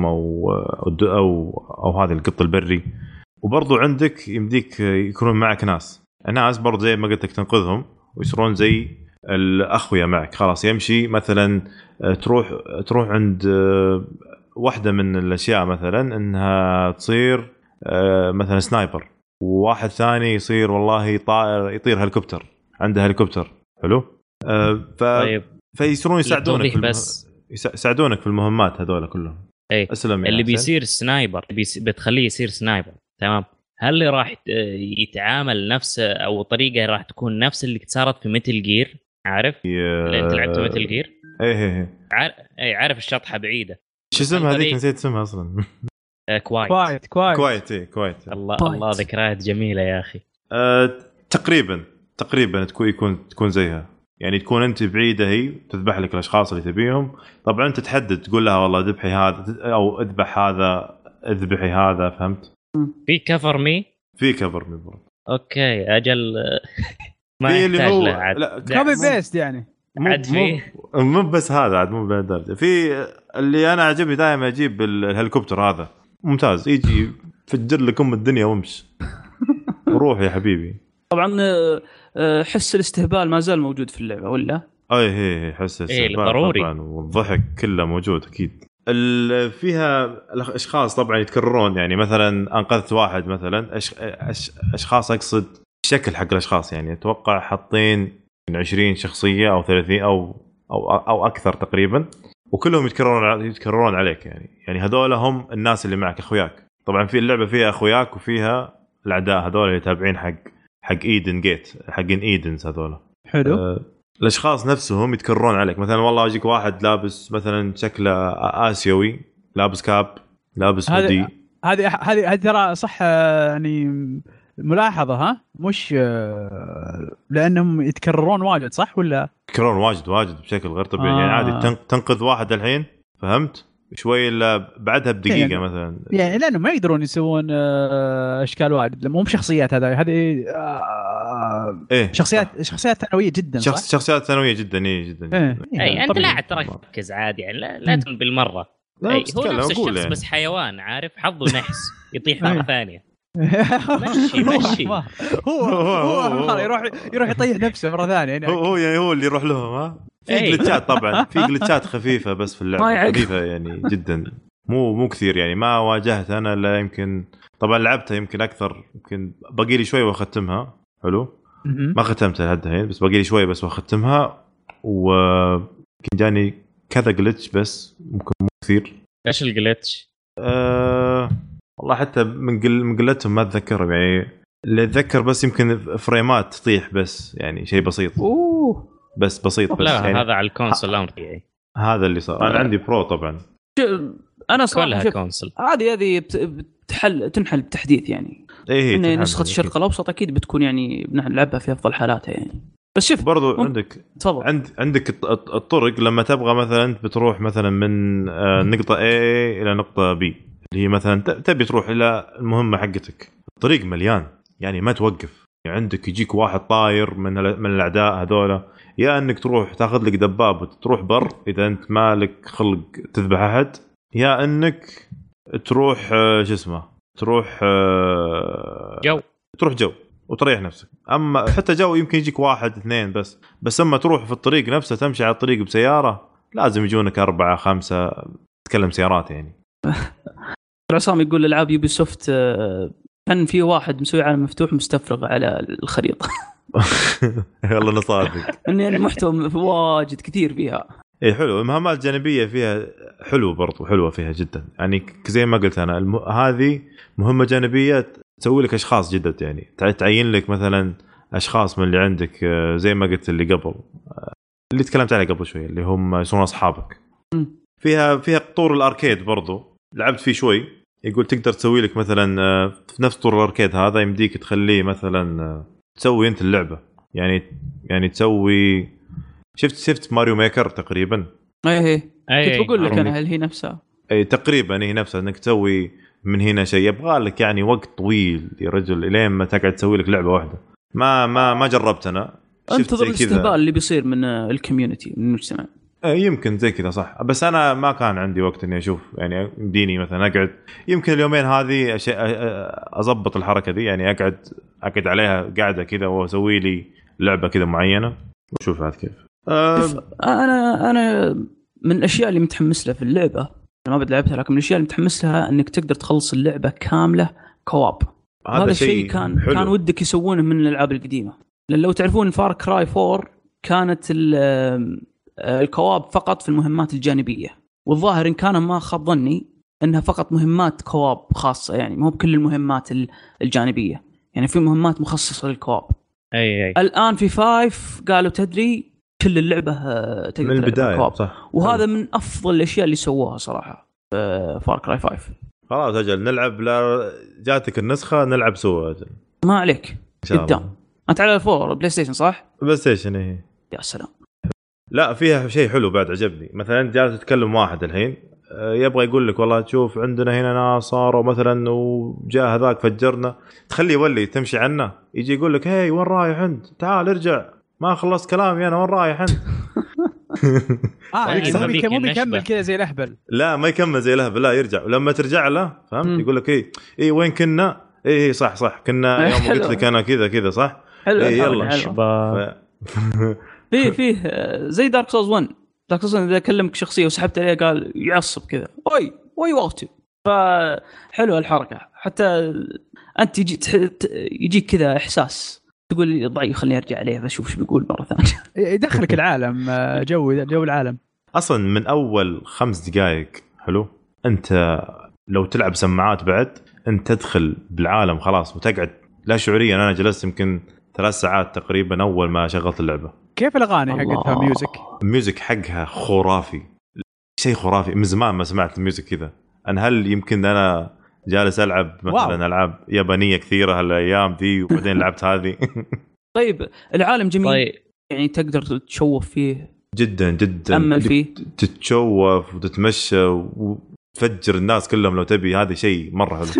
A: او هذا القط البري. وبرضو عندك يمديك يكونون معك ناس برضو زي ما قلت لك تنقذهم ويصيرون زي الأخوية معك. خلاص يمشي مثلا تروح عند واحدة من الأشياء مثلا إنها تصير مثلا سنايبر، وواحد ثاني يصير والله طائر يطير هليكوبتر، عنده هليكوبتر حلو.
D: طيب.
A: فيصيرون يساعدونك يساعدونك في المهمات هذول كلهم.
D: اللي بيصير سنايبر بتخليه يصير سنايبر تمام. هل اللي راح يتعامل نفسه او طريقه راح تكون نفس اللي صارت في ميتل جير؟ عارف اللي انت لعبت ميتل جير؟ ايه عارف الشطحه بعيده
A: شو اسمها هذيك؟ نسيت اسمها اصلا.
B: كوايت.
D: الله ذكريات جميله يا اخي.
A: تقريبا تكون زيها، يعني تكون انت بعيده هي تذبح لك الاشخاص اللي تبيهم. طبعا انت تحدد تقول لها والله ذبحي هذا او اذبح هذا اذبحي هذا، فهمت؟
D: في كفر مي
A: برضه.
D: اوكي اجل ما يحتاج له
B: كوبي بيست يعني.
A: مو بس هذا عاد مو بهالدرجه. في اللي انا عجبني دائما اجيب الهليكوبتر هذا ممتاز، يجي فجر لكم الدنيا وامش روح يا حبيبي.
C: طبعا حس الاستهبال ما زال موجود في اللعبه ولا؟
A: هي حس الاستهبال طبعا، والضحك كله موجود اكيد. فيها الاشخاص طبعا يتكررون، يعني مثلا انقذت واحد مثلا اشخاص اقصد الشكل حق الاشخاص. يعني اتوقع حاطين 20 شخصيه او 30 او اكثر تقريبا، وكلهم يتكررون عليك. يعني هذول هم الناس اللي معك اخوياك. طبعا في اللعبه فيها اخوياك وفيها الاعداء هذول اللي تابعين حق ايدن جيت، حقين ايدنز هذول.
B: حلو.
A: الاشخاص نفسهم يتكررون عليك. مثلا والله يجيك واحد لابس مثلا شكله اسيوي، لابس كاب، لابس هودي.
B: هذه ترى صح يعني ملاحظه، ها مش لانهم يتكررون واجد صح ولا
A: يتكررون واجد بشكل غير طبيعي. يعني عادي تنقذ واحد الحين فهمت شوي الا بعدها بدقيقه يعني مثلا.
B: يعني لانه ما يقدرون يسوون اشكال واجد لما هم شخصيات. هذه
A: إيه
B: شخصيات ثانويه جدا صح؟
A: شخصيات ثانويه جدا جدا.
D: اي انت لا تركز عادي يعني لا تكون بالمره. هو نفس الشخص يعني. بس حيوان عارف حظه نحس يطيح مره ثانيه. مشي
B: هو يروح يطيح نفسه مره ثانيه يعني.
A: هو اللي يروح لهم. ها في جلتشات طبعا، في جلتشات خفيفه بس في اللعبه خفيفه يعني جدا، مو كثير. يعني ما واجهت انا الا يمكن، طبعا لعبتها يمكن اكثر، يمكن باقي لي شوي واختمها. حلو ما ختمتها لحد الحين بس باقي لي شوي بس واختمها. وكان جاني كذا جلتش بس ممكن مو كثير.
D: ايش الجلتش؟
A: والله حتى من قلتهم ما اتذكرهم. يعني اللي اتذكر بس يمكن فريمات تطيح بس، يعني شيء بسيط. بس بسيط بس.
D: لا
A: يعني
D: هذا على الكونسول الامر طبيعي.
A: هذا اللي صار. انا عندي برو طبعا.
C: انا صراحه
D: كونسول
C: هذه تنحل بتحديث يعني.
A: إيه
C: نسخه الشرق الاوسط اكيد بتكون يعني بنلعبها في افضل حالاتها يعني. بس شوف
A: برضو عندك الطرق لما تبغى مثلا بتروح مثلا من نقطه A الى نقطه B، اللي هي مثلا تبي تروح الى المهمه حقتك. الطريق مليان يعني ما توقف. يعني عندك يجيك واحد طاير من الاعداء هذولا، يا انك تروح تاخذ لك دباب وتروح بر اذا انت مالك خلق تذبح احد، يا انك تروح تروح جو وتريح نفسك. اما حتى جو يمكن يجيك واحد اثنين بس اما تروح في الطريق نفسه تمشي على الطريق بسياره لازم يجونك 4 5 تكلم سيارات يعني.
C: عصام يقول العاب يوبي سوفت كان في واحد مسوي عالم مفتوح مستفرغ على الخريطه.
A: والله نصادق
C: يعني المحتوى واجد كثير فيها.
A: ايه حلو. المهمات الجانبيه فيها حلو برضو، حلوه فيها جدا. يعني زي ما قلت انا هذه مهمه جانبيه تسوي لك اشخاص جدد. يعني تعين لك مثلا اشخاص من اللي عندك زي ما قلت اللي قبل اللي تكلمت عليه قبل شوي اللي هم يصيرون اصحابك. فيها طور الاركيد برضو لعبت فيه شوي. يقول تقدر تسوي لك مثلا في نفس طور الاركيد هذا يمديك تخليه مثلا تسوي انت اللعبه. يعني تسوي شفت ماريو ميكر تقريبا.
C: اي كنت بقول لك انا هل هي نفسها؟
A: اي تقريبا هي نفسها، انك تسوي من هنا شيء. يبغى لك يعني وقت طويل يا رجل الين ما تقعد تسوي لك لعبه واحده. ما جربت انا.
C: انتظر الاستهبال اللي بيصير من الكوميونتي من المجتمع.
A: يمكن زي كذا صح، بس انا ما كان عندي وقت اني اشوف. يعني يمديني مثلا اقعد يمكن اليومين هذه اضبط الحركه دي. يعني اقعد عليها قاعده كذا واسوي لي لعبه كذا معينه وشوف هذا كيف.
C: انا من الاشياء اللي متحمس لها في اللعبه ما بلعبها، لكن من الاشياء اللي متحمس لها انك تقدر تخلص اللعبه كامله كواب. هذا الشيء كان ودك يسوونه من الالعاب القديمه. لان لو تعرفون فار كراي 4 كانت الكواب فقط في المهمات الجانبيه، والظاهر ان كان ما خاب ظني انها فقط مهمات كواب خاصه، يعني مو بكل المهمات الجانبيه، يعني في مهمات مخصصه للكواب.
D: اي
C: الان في 5 قالوا تدري كل اللعبه تقدر
A: من البدايه صح.
C: وهذا من افضل الاشياء اللي سووها صراحه فار كراي 5.
A: خلاص اجل نلعب. لا جاتك النسخه نلعب سوا اجل.
C: ما عليك قدام. انت على الفور بلاي ستيشن صح؟
A: بلاي ستيشن. ايه
C: يا سلام.
A: لا فيها شيء حلو بعد عجبني. مثلا جالس تتكلم واحد الحين يبغى يقول لك والله تشوف عندنا هنا ناس صاروا مثلا وجاء هذاك فجرنا، تخليه يولي تمشي عنه يجي يقول لك هاي وين رايح انت؟ تعال ارجع ما خلصت كلامي انا، وين رايح انت؟
B: مو بيكمل كذا زي الاهبل.
A: لا ما يكمل زي الاهبل، لا يرجع. ولما ترجع له فهمت يقول لك ايه وين كنا؟ ايه صح كنا يوم قلت لك انا كذا صح.
C: إيه
A: يلا
C: فيه زي دارك سولز 1. دارك سولز اذا كلمك شخصيه وسحبت عليه قال يعصب كذا وي واوتو. فحلوه الحركه. حتى انت يجيك كذا احساس تقول ضعيف خليني ارجع عليه بشوف ايش بيقول مره ثانيه.
B: يدخلك العالم، جو العالم
A: اصلا من اول 5 دقائق حلو. انت لو تلعب سماعات بعد انت تدخل بالعالم خلاص وتقعد لا شعوريا. انا جلست يمكن 3 ساعات تقريبا اول ما شغلت اللعبه.
B: كيف الاغاني حقتها؟
A: الميوزك حقها خرافي، شيء خرافي. من زمان ما سمعت الميوزك كذا. هل يمكن انا جالس العب مثلا العاب يابانيه كثيره هالايام دي وبعدين لعبت هذه.
C: طيب العالم جميل. طيب. يعني تقدر تتشوف فيه
A: جدا جدا،
C: أمل فيه
A: تتشوف وتتمشى وتفجر الناس كلهم لو تبي. هذا شيء مره حلو.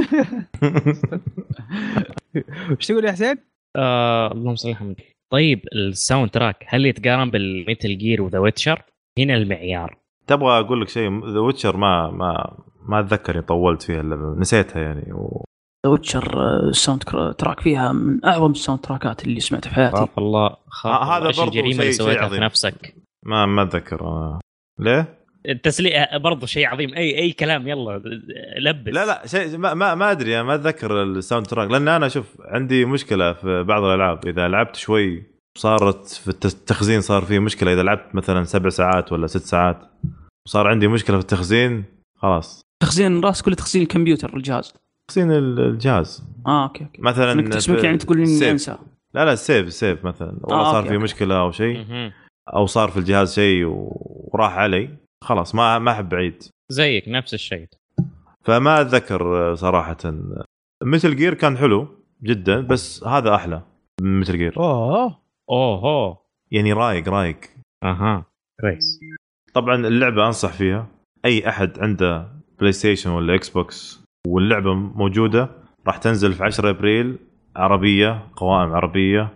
B: ايش تقول يا حسين؟
D: اللهم صل على محمد. طيب الساوند تراك هل يتقارن بالميتل جير وذا ويتشر؟ هنا المعيار.
A: تبغى اقول لك شيء؟ ذا ويتشر ما اتذكر طولت فيها اللعبه، نسيتها يعني.
C: ذا ويتشر الساوند تراك فيها من اعظم الساوند تراكات اللي سمعتها في حياتي.
D: خاف الله
A: هذا برضو
D: الجريمه اللي سويتها في نفسك.
A: ما اتذكر ليه.
D: التسلية برضو شيء عظيم. اي كلام يلا لبس.
A: لا شيء ما ادري، ما اتذكر الساوند تراك. لان انا شوف عندي مشكله في بعض الالعاب، اذا لعبت شوي صارت في التخزين صار فيه مشكله. اذا لعبت مثلا 7 ساعات ولا 6 ساعات وصار عندي مشكله في التخزين خلاص.
C: تخزين راس كله تخزين الكمبيوتر الجهاز،
A: تخزين الجهاز.
C: اوكي
A: مثلا
C: تسمك يعني تقول اني انسى.
A: لا السيف مثلا والله صار فيه مشكله او شيء، او صار في الجهاز شيء وراح علي خلاص ما احب اعيد.
D: زيك نفس الشيء.
A: فما اتذكر صراحه. مثل جير كان حلو جدا بس هذا احلى من مثل جير.
D: اوه
A: يعني رايق.
D: كويس.
A: طبعا اللعبه انصح فيها اي احد عنده بلاي ستيشن ولا اكس بوكس واللعبه موجوده. راح تنزل في 10 ابريل عربيه، قوائم عربيه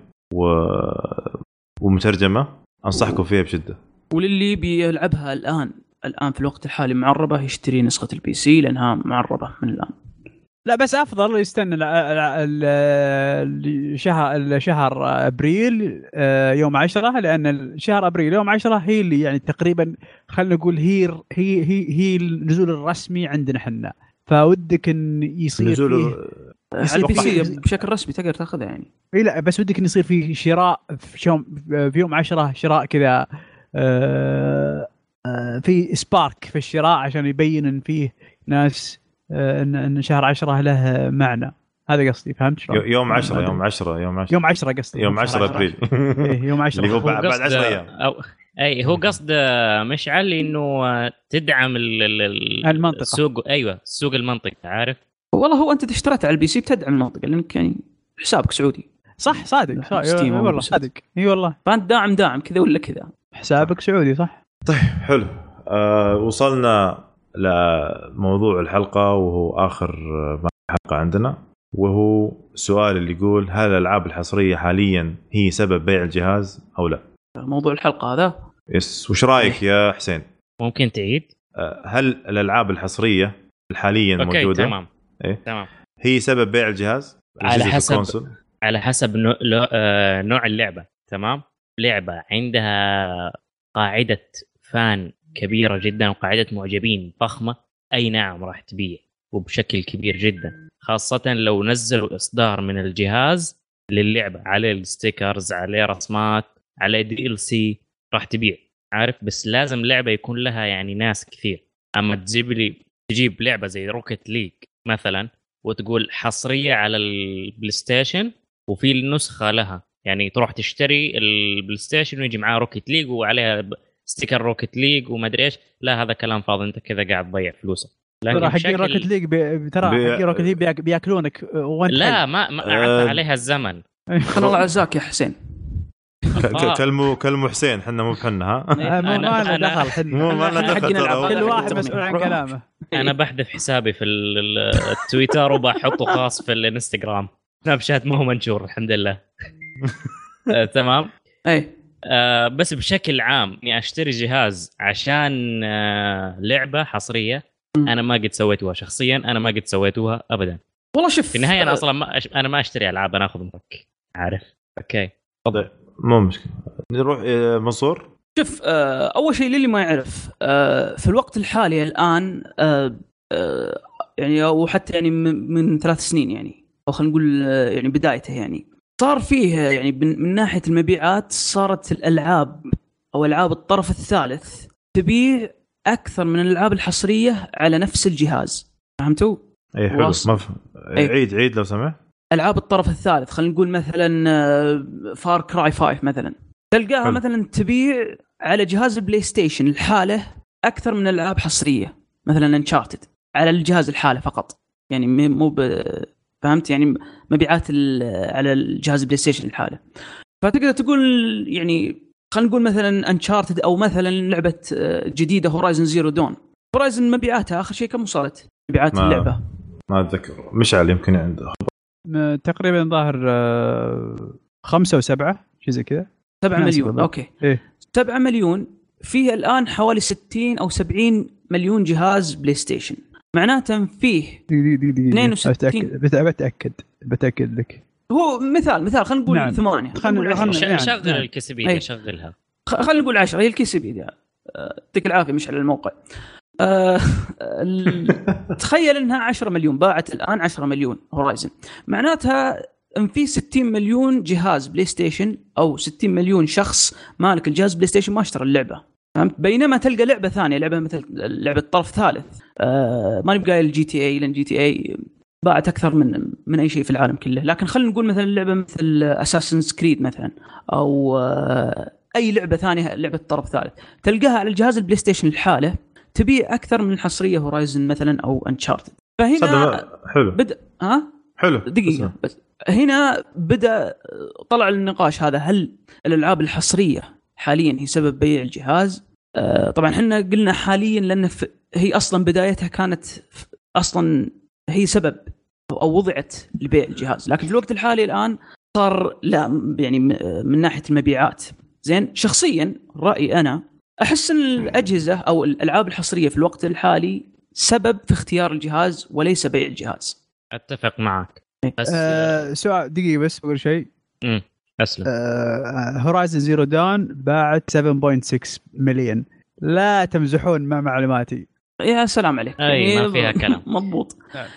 A: ومترجمه. انصحكم فيها بشده.
C: وللي بيلعبها الان في الوقت الحالي معربه يشتري نسخه البي سي لانها معربه من الان.
B: لا بس افضل يستنى شهر ابريل يوم 10، لان شهر ابريل يوم 10 هي اللي يعني تقريبا خلينا نقول هي النزول الرسمي عندنا احنا. فودك ان يصير فيه
C: على البي سي بشكل رسمي تقدر تاخذها يعني.
B: اي لا بس ودك ان يصير فيه شراء في يوم 10 شراء كذا في سبارك في الشراء عشان يبين ان فيه ناس ان شهر 10 له معنى. هذا قصدي، فهمت شلون؟
A: يوم 10 قصدي يوم 10 ابريل.
B: يوم 10
A: اللي هو بعد 10 ايام.
D: اي هو قصد مشعل انه تدعم
B: المنطقه.
D: السوق. ايوه السوق المنطقه. عارف
C: والله هو انت اشتريت على البي سي بتدعم المنطقه لانك يعني حسابك سعودي.
B: صح صادق والله صادق. اي والله
C: فانت داعم كذا ولا كذا
B: حسابك سعودي صح.
A: طيب حلو. وصلنا لموضوع الحلقه وهو اخر حلقه عندنا، وهو سؤال اللي يقول هل الالعاب الحصريه حاليا هي سبب بيع الجهاز او لا؟
C: موضوع الحلقه هذا
A: يس. وش رايك يا حسين؟
D: ممكن تعيد؟
A: هل الالعاب الحصريه حاليا موجوده
D: تمام تمام
A: هي سبب بيع الجهاز
D: على حسب نوع اللعبه. تمام. لعبه عندها قاعده فان كبيره جدا وقاعده معجبين ضخمه، اي نعم راح تبيع وبشكل كبير جدا، خاصه لو نزلوا اصدار من الجهاز للعبه عليه الستيكرز، عليه رسمات، عليه DLC، راح تبيع. عارف. بس لازم لعبه يكون لها يعني ناس كثير. اما تجيب لعبه زي روكيت ليج مثلا وتقول حصريه على البلاي ستيشن وفي النسخه لها، يعني تروح تشتري البلاي ستيشن ويجي معاه روكيت ليج وعليها ستيكر روكيت ليج وما ادري ايش، لا هذا كلام فاضي. انت كذا قاعد تضيع فلوسك.
B: ترى حق روكيت ليج ترى حق روكيت ليج بياكلونك وانت
D: لا ما عدى عليها الزمن.
C: خلنا الله عزاك يا حسين.
A: كلموا حسين، حنا مو بحنا ها.
B: ما دخل حنا كل واحد مسؤول عن كلامه.
D: انا بحذف حسابي في التويتر وبحطه خاص في الانستغرام. سناب شات ما هو منشور الحمد لله. تمام.
C: اي
D: بس بشكل عام اني اشتري جهاز عشان لعبه حصريه انا ما قد سويتوها شخصيا. انا ما قد سويتوها ابدا
C: والله. شوف
D: في النهايه انا اصلا انا ما اشتري العاب، انا اخذ منك. عارف. اوكي
A: تفضل. مو مشكله. نروح منصور.
C: شوف اول شيء للي ما يعرف في الوقت الحالي الان يعني وحتى يعني من 3 سنين يعني، او خلينا نقول يعني بدايته يعني صار فيه يعني من ناحيه المبيعات صارت الالعاب او العاب الطرف الثالث تبيع اكثر من الالعاب الحصريه على نفس الجهاز. فهمتوا؟
A: اي حلو. عيد لو سمحت.
C: العاب الطرف الثالث خلينا نقول مثلا فار كراي 5 مثلا تلقاها
A: حلو.
C: مثلا تبيع على جهاز البلاي ستيشن الحاله اكثر من الالعاب حصريه مثلا انشارتد على الجهاز الحاله فقط، يعني مو فهمت يعني مبيعات على الجهاز البلاي ستيشن الحاله. فتقدر تقول يعني خلينا نقول مثلا انشارتد او مثلا لعبه جديده هورايزن زيرو دون، هورايزن مبيعاتها اخر شيء كم وصلت مبيعات اللعبه؟
A: ما اتذكر. مشعل يمكن عنده
B: تقريبا ظاهر 5 و7 شيء زي كذا
C: 7 مليون. اوكي
B: إيه؟
C: 7 مليون فيه الان حوالي 60 او 70 مليون جهاز بلاي ستيشن، معناته فيه 62.
B: بتاكد لك.
C: هو مثال خلينا نقول 8
D: شغل الكسبيديا شغلها
C: خلينا نقول 10 هي الكسبيديا. يعطيك العافيه مش على الموقع. تخيل انها 10 مليون باعت الان 10 مليون هورايزن، معناتها ان في 60 مليون جهاز بلاي ستيشن او 60 مليون شخص مالك الجهاز بلاي ستيشن ما اشترى اللعبه. فهمت؟ بينما تلقى لعبه ثانيه لعبه مثل لعبه طرف ثالث ما نبقى الجي تي اي، لان جي تي اي باعت اكثر من اي شيء في العالم كله. لكن خلينا نقول مثلا لعبه مثل اساسنز كريد مثلا او اي لعبه ثانيه لعبه طرف ثالث تلقاها على الجهاز البلاي ستيشن الحاله تبيع اكثر من الحصريه هورايزن مثلا او انشارتد. فهنا
A: حلو حلو
C: دقيقه بس هنا بدا طلع النقاش هذا، هل الالعاب الحصريه حاليا هي سبب بيع الجهاز؟ طبعا احنا قلنا حاليا لان هي اصلا بدايتها كانت اصلا هي سبب او وضعت لبيع الجهاز، لكن في الوقت الحالي الان صار لا يعني من ناحيه المبيعات. زين شخصيا رايي انا احس ان الاجهزه او الالعاب الحصريه في الوقت الحالي سبب في اختيار الجهاز وليس بيع الجهاز.
D: اتفق معك بس
B: سؤال دقيقه بس بقول شيء.
D: اسلم.
B: هورايزن زيرو دون باعت 7.6 مليون. لا تمزحون مع معلوماتي.
C: يا سلام عليك.
D: اي ما فيها كلام.
C: مضبوط.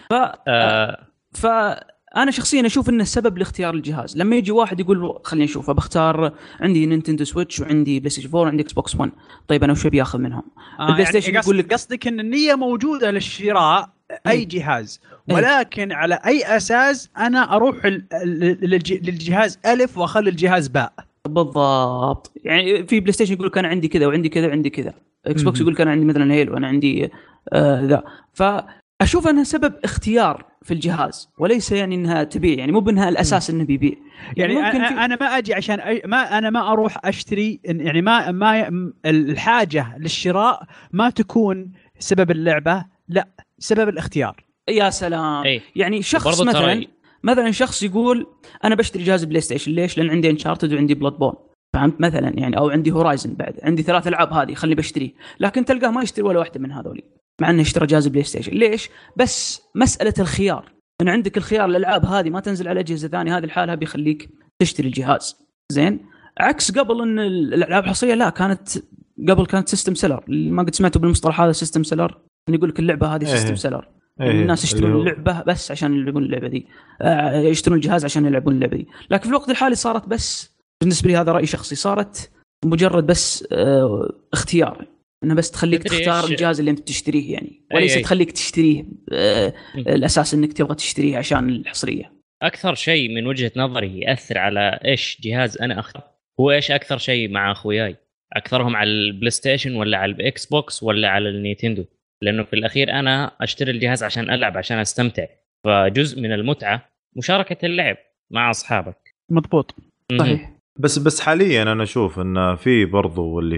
C: فانا شخصيا اشوف ان السبب لاختيار الجهاز لما يجي واحد يقول خليني اشوف بختار عندي نينتندو سويتش وعندي بلاي ستيشن 4 وعندي اكس بوكس 1، طيب انا وش ابي اخذ منهم؟ البلاي ستيشن
B: يعني
C: يقول لك
B: قصدك ان النيه موجوده للشراء اي جهاز، ولكن على اي اساس انا اروح للجهاز الف واخلي الجهاز باء؟
C: بالضبط. يعني في بلاي ستيشن يقول كان عندي كذا وعندي كذا وعندي كذا، اكس بوكس يقول كان عندي مثلا هيل وانا عندي ذا. فاشوف انها سبب اختيار في الجهاز وليس يعني انها تبيع، يعني مو بانها الاساس انه بيبيع.
B: يعني انا ما اجي عشان انا ما اروح اشتري، يعني ما الحاجه للشراء ما تكون سبب اللعبه، لا سبب الاختيار.
C: يا سلام. يعني شخص مثلا شخص يقول انا بشتري جهاز بلاي ستيشن ليش؟ لان عندي انشارتد وعندي بلاد بون، فهمت مثلا يعني، او عندي هورايزن بعد عندي 3 ألعاب هذه خليني بشتريه. لكن تلقاه ما يشتري ولا واحده من هذولي مع انه اشترى جهاز بلاي ستيشن. ليش؟ بس مساله الخيار، ان عندك الخيار الالعاب هذه ما تنزل على اجهزه ثانيه، هذه الحاله بيخليك تشتري الجهاز. زين عكس قبل ان الالعاب الحصريه لا كانت قبل كانت سيستم سيلر. ما قد سمعتوا بالمصطلح هذا سيستم سيلر؟ يقول لك اللعبه هذه سيستم سيلر. الناس يشترون اللعبه بس عشان يلعبون اللعبه دي، يشترون الجهاز عشان يلعبون اللعبه دي. لكن في الوقت الحالي صارت بس بالنسبه لي، هذا راي شخصي، صارت مجرد بس اختيار، انه بس تخليك تختار الجهاز اللي انت بتشتريه يعني، وليس تخليك تشتريه الاساس انك تبغى تشتريه عشان الحصريه.
D: اكثر شيء من وجهه نظري ياثر على ايش جهاز انا اختار هو ايش اكثر شيء مع اخوياي، اكثرهم على البلاي ستيشن ولا على الاكس بوكس ولا على النينتندو، لانه في الاخير انا اشتري الجهاز عشان العب عشان استمتع، فجزء من المتعه مشاركه اللعب مع اصحابك.
B: مضبوط
C: صحيح.
A: بس حاليا انا اشوف ان في برضو اللي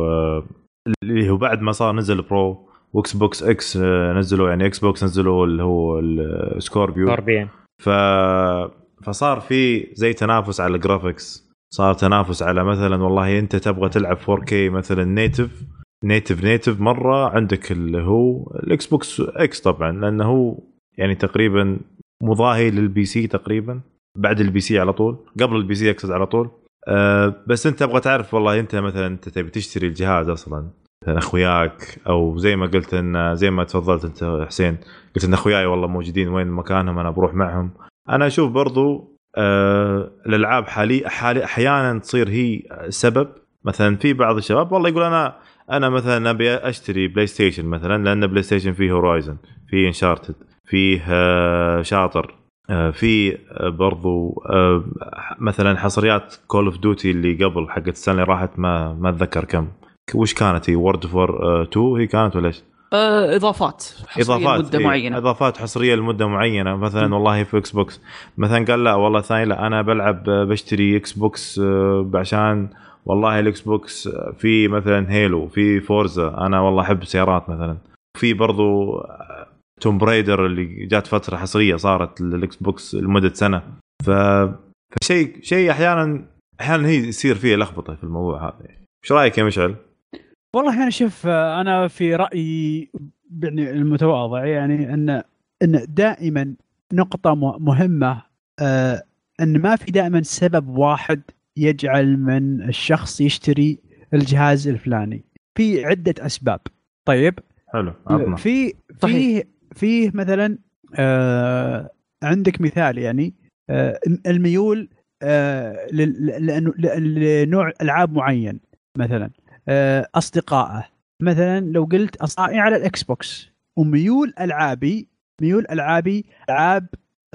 A: هو بعد ما صار نزل برو واكس بوكس اكس نزلوا، يعني اكس بوكس نزلوا اللي هو السكوربيو، فصار في زي تنافس على الجرافيكس، صار تنافس على مثلا والله انت تبغى تلعب 4K مثلا نيتف مره، عندك اللي هو الاكس بوكس اكس طبعا لانه هو يعني تقريبا مضاهي للبي سي تقريبا، بعد البي سي على طول، قبل البي سي اكس على طول. بس انت تبغى تعرف والله انت مثلا انت تبي تشتري الجهاز اصلا مثلا اخوياك، او زي ما قلت ان زي ما تفضلت انت حسين قلت ان اخوياي والله موجودين وين مكانهم انا بروح معهم. انا اشوف برضو الالعاب حالي احيانا تصير هي سبب. مثلا في بعض الشباب والله يقول انا مثلا ابي اشتري بلاي ستيشن مثلا لان بلاي ستيشن فيه هورايزن، فيه انشارتد، فيه شاطر، في برضو مثلا حصريات كول اوف ديوتي اللي قبل حقت السنه اللي راحت ما اتذكر كم وش كانت، هي وورد فور 2 هي كانت ولا ايش؟
C: اضافات حصريه لمده معينه،
A: اضافات حصريه لمده معينه مثلا. والله في اكس بوكس مثلا قال لا والله ثاني لا انا بلعب بشتري اكس بوكس عشان والله الاكس بوكس في مثلا هيلو، في فورزا، انا والله احب السيارات مثلا. في برضو توم برايدر اللي جات فتره حصريه صارت للاكس بوكس لمده سنه. فشيء احيانا هي يصير فيه لخبطه في الموضوع هذا. ايش رايك يا مشعل؟
B: والله انا شوف، انا في رايي يعني المتواضع يعني ان دائما نقطه مهمه، ان ما في دائما سبب واحد يجعل من الشخص يشتري الجهاز الفلاني، في عده اسباب. طيب
A: حلو.
B: في مثلا عندك مثال يعني الميول لنوع العاب معين. مثلا اصدقائه، مثلا لو قلت اصدقائي على الاكس بوكس وميول العابي العاب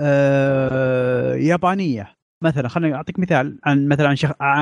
B: يابانيه مثلا. خليني اعطيك مثال عن مثلا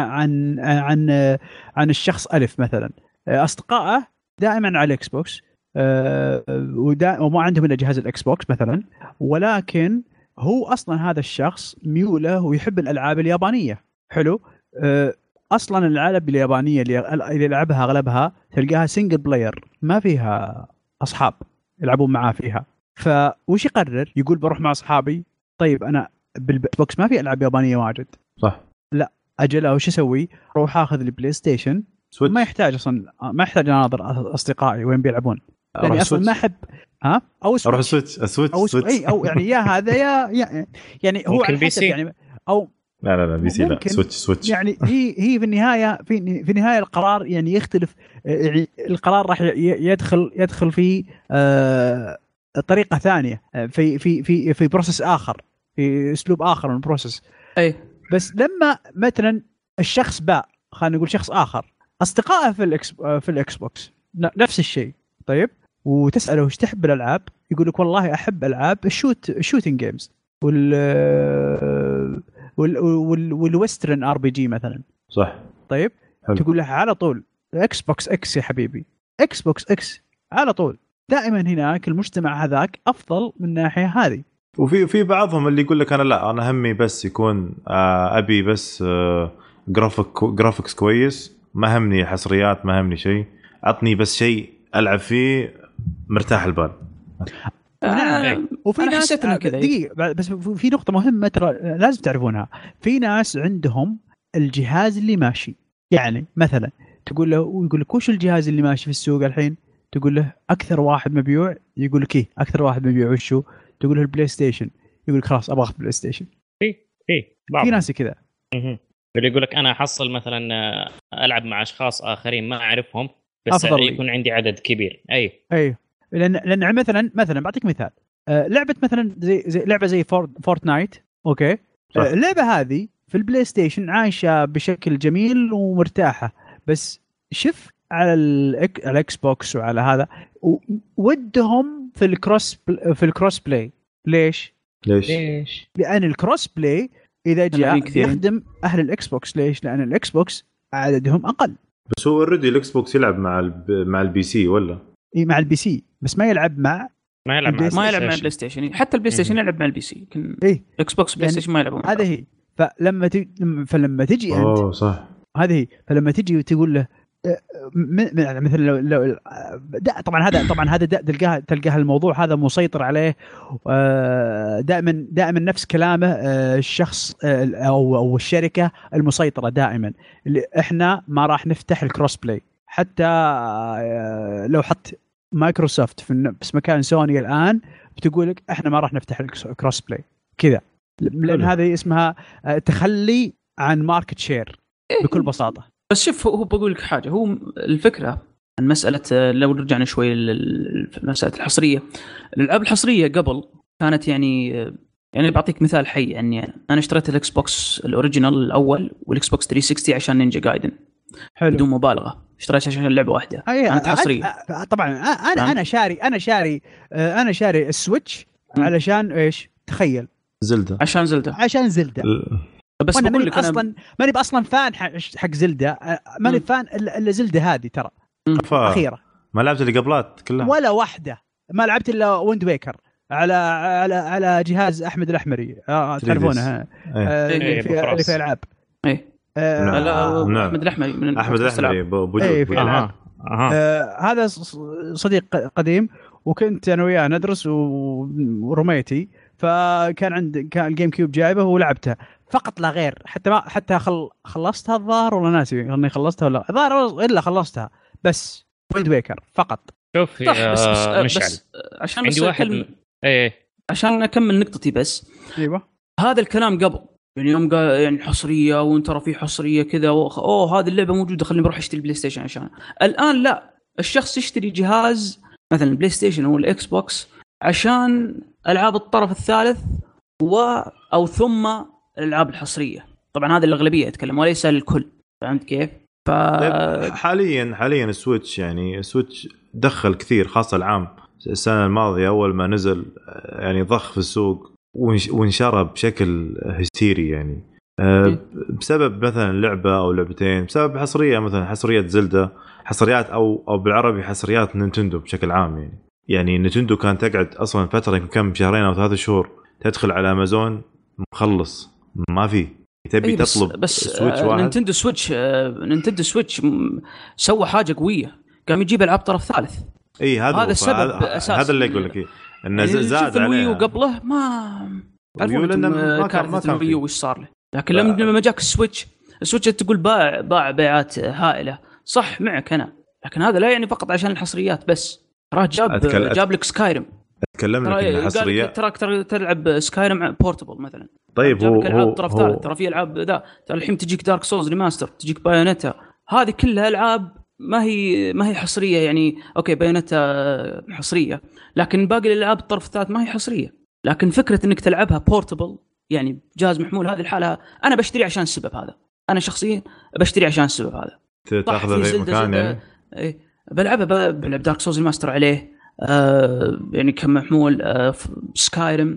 B: عن الشخص الف مثلا. اصدقائه دائما على الاكس بوكس وما عندهم الا جهاز الاكس بوكس مثلا، ولكن هو اصلا هذا الشخص ميوله ويحب الالعاب اليابانيه. حلو. اصلا الالعاب اليابانيه اللي يلعبها اغلبها تلقاها سنجل بلاير، ما فيها اصحاب يلعبون معاه فيها. فوش يقرر؟ يقول بروح مع اصحابي. طيب انا بالبوكس ما في العاب يابانيه واجد،
A: صح؟
B: لا اجل وش اسوي؟ اروح اخذ البلاي ستيشن سويتش. ما يحتاج اصلا، ما يحتاج اناظر اصدقائي وين بيلعبون، لاني اصلا ما احب. او
A: سويتش. اروح سويتش
B: اي او يعني يا هذا يا يعني هو على حسب يعني. او
A: لا بي سي، لا سويتش
B: يعني هي في النهايه في النهايه القرار يعني يختلف. يعني القرار راح يدخل في طريقه ثانيه، في بروسس اخر، في اسلوب اخر من البروسس.
C: اي
B: بس لما مثلا الشخص خلينا نقول شخص اخر اصدقائه في الاكس بوكس نفس الشيء. طيب وتساله وش تحب الالعاب؟ يقول لك والله احب العاب الشوتينج جيمز والويسترن ار بي جي مثلا.
A: صح.
B: طيب حلو. تقول له على طول اكس بوكس اكس يا حبيبي، اكس بوكس اكس على طول. دائما هناك المجتمع هذاك افضل من الناحيه هذه.
A: وفي بعضهم اللي يقول لك انا لا، انا همي بس يكون ابي بس جرافيكس كويس، ما همني حصريات، ما همني شيء، عطني بس شيء العب فيه مرتاح البال.
B: وفي ناس دقيقة بس في نقطة مهمة ترى لازم تعرفونها. في ناس عندهم الجهاز اللي ماشي، يعني مثلا تقول له ويقول لك وش الجهاز اللي ماشي في السوق الحين؟ تقول له أكثر واحد مبيوع، يقول لك أكثر واحد مبيوع وشو؟ تقول له البلاي ستيشن، يقول لك خلاص أبغى بلاي ستيشن. في ناس كذا
D: اللي يقول لك أنا أحصل مثلا ألعب مع أشخاص آخرين ما أعرفهم بس يكون عندي عدد كبير.
B: أي لأن مثلا بعطيك مثال، لعبة مثلا زي لعبة زي فورتنايت. أوكي. اللعبة هذه في البلاي ستيشن عايشة بشكل جميل ومرتاحة، بس شوف على الاكس بوكس وعلى هذا ودهم في الكروس بلاي. ليش؟ لأن الكروس بلاي إذا جاء يخدم أهل الاكس بوكس. ليش؟ لأن الاكس بوكس عددهم أقل.
A: بس هو اوريدي الاكس بوكس يلعب مع البي سي ولا؟
B: مع البي سي، بس ما يلعب مع
C: البلاي ستيشن. حتى البلاي ستيشن يلعب مع البي سي، لكن اكس بوكس بلاي ستيشن ما يلعبون.
B: هذه هي. فلما تجي انت
A: صح،
B: هذه هي. فلما تجي وتقول له مثلا لو طبعا هذا تلقاها الموضوع هذا مسيطر عليه دائما نفس كلامه الشخص او الشركه المسيطره دائما، اللي احنا ما راح نفتح الكروس بلاي. حتى لو حط مايكروسوفت في مكان سوني الآن بتقول لك احنا ما راح نفتح الكروس بلاي كذا، لأن هذه اسمها تخلي عن ماركت شير بكل بساطة.
C: بس شوف، هو بقول لك حاجة، هو الفكرة عن مسألة لو رجعنا شوي لمسألة الحصرية. الألعاب الحصرية قبل كانت يعني يعني بعطيك مثال حي عني انا اشتريت الاكس بوكس الاوريجينال الاول والاكس بوكس 360 عشان نينجا جايدن.
B: حلو.
C: بدون مبالغه اشتريت عشان لعبه واحده كانت حصريه.
B: طبعا انا شاري السويتش علشان ايش تخيل
A: زلدة
B: عشان زلدة
C: بس بقول لك
B: اصلا ماني اصلا فان حق زلدة ماني فان الا زلدة هذه ترى اخيره
A: ما لعبت اللي قبلات كلها
B: ولا واحده ما لعبت الا ويند ويكر على جهاز احمد الاحمري تعرفونه اللي في العاب
C: احمد الاحمري من
A: احمد الاحمري
B: هذا صديق قديم وكنت انا وياه ندرس ورميتي كان الجيم كيوب جايبه ولعبته فقط لا غير حتى خلصتها الظاهر ولا ناسي اني خلصتها ولا الظاهر الا خلصتها بس ويند ويكر فقط.
D: شوف
C: بس عشان عندي واحد عشان اكمل نقطتي بس
B: ايوه
C: هذا الكلام قبل يعني يوم قال يعني حصريه وانت ترى في حصريه كذا هذه اللعبه موجوده خليني بروح اشتري بلاي ستيشن عشان الان لا الشخص يشتري جهاز مثلا بلاي ستيشن او الاكس بوكس عشان العاب الطرف الثالث او ثم الالعاب الحصريه. طبعا هذا الاغلبيه اتكلم وليس الكل فهمت كيف؟
A: حاليا السويتش يعني السويتش دخل كثير خاصه العام السنه الماضيه اول ما نزل يعني ضخ في السوق وانشرى بشكل هستيري يعني بسبب مثلا لعبه او لعبتين بسبب حصريه مثلا حصريه زلدة حصريات او بالعربي حصريات نينتندو بشكل عام يعني نينتندو كان تقعد اصلا فتره كم شهرين او 3 شهور تدخل على امازون مخلص ما في تبي تطلب
C: بس
A: سويتش واحد.
C: نينتندو سويتش سوى حاجه قويه قام يجيب العاب طرف ثالث
A: هذا
C: السبب اساسا
A: هذا اللي يقول لك انه زاد
C: عليه وقبله ما كانت الويو وش صار له لكن لما جاك السويتش تقول باع بيعات هائله صح معك انا لكن هذا لا يعني فقط عشان الحصريات بس راه جاب لك سكايرم
A: اتكلم لك ان حصريه
C: تراك تلعب سكايرم بورتبل مثلا
A: طيب
C: هو طرف ثالث ترى في العاب ذا الحين تجيك دارك سولز ريماستر تجيك بايونيتا هذه كلها العاب ما هي حصريه يعني اوكي بايونيتا حصريه لكن باقي الالعاب الطرف الثالث ما هي حصريه لكن فكره انك تلعبها بورتبل يعني جهاز محمول هذه الحالة انا بشتري عشان السبب هذا انا شخصيا بشتري عشان السبب هذا
A: تاخذه في مكان يعني
C: بلعبها بلعب دارك سولز ريماستر عليه يعني كمحمول سكايرم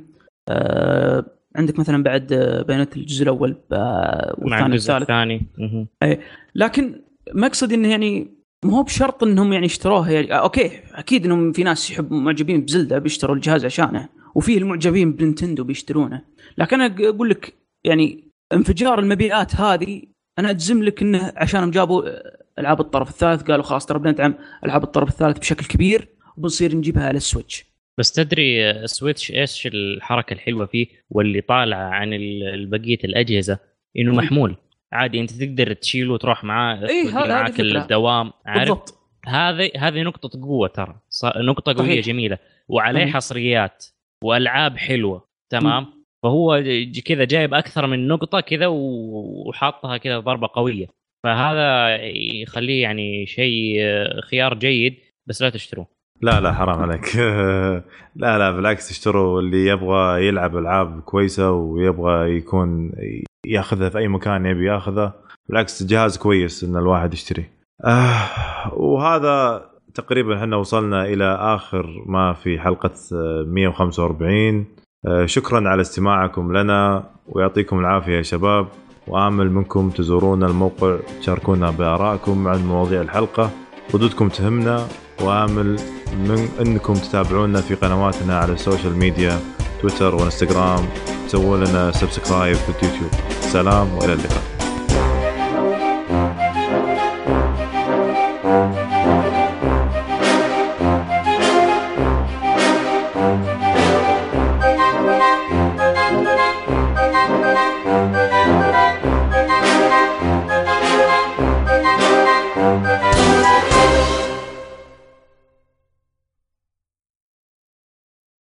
C: عندك مثلا بعد بيانات الجزء الاول والثاني
D: الثاني
C: لكن مقصد انه يعني ما هو بشرط انهم يعني اشتروها يعني اوكي اكيد انهم في ناس يحبوا معجبين بزلدة بيشتروا الجهاز عشانه وفيه المعجبين بنينتندو بيشترونه لكن انا اقول لك يعني انفجار المبيعات هذه انا اجزم لك انه عشانهم جابوا العاب الطرف الثالث قالوا خلاص ترى بندعم العاب الطرف الثالث بشكل كبير وبنصير نجيبها على السويتش.
D: بس تدري السويتش ايش الحركه الحلوه فيه واللي طالعه عن بقيه الاجهزه انه محمول عادي انت تقدر تشيله وتروح معاه معك الدوام عارف هذه نقطه قوه ترى نقطه قويه جميله وعليه حصريات والعاب حلوه تمام فهو كذا جايب اكثر من نقطه كذا وحاطها كذا ضربه قويه فهذا يخليه يعني شيء خيار جيد بس لا تشتروه.
A: لا حرام عليك لا بالعكس اشتروا اللي يبغى يلعب العاب كويسه ويبغى يكون ياخذها في اي مكان يبي ياخذها بالعكس جهاز كويس ان الواحد يشتري. وهذا تقريبا احنا وصلنا الى اخر ما في حلقه 145. شكرا على استماعكم لنا ويعطيكم العافيه يا شباب وآمل منكم تزورونا الموقع تشاركونا بآرائكم عن مواضيع الحلقه ردودكم تهمنا وآمل من أنكم تتابعونا في قنواتنا على السوشيال ميديا تويتر وانستغرام تسووا لنا سبسكرايب في اليوتيوب. سلام وإلى اللقاء.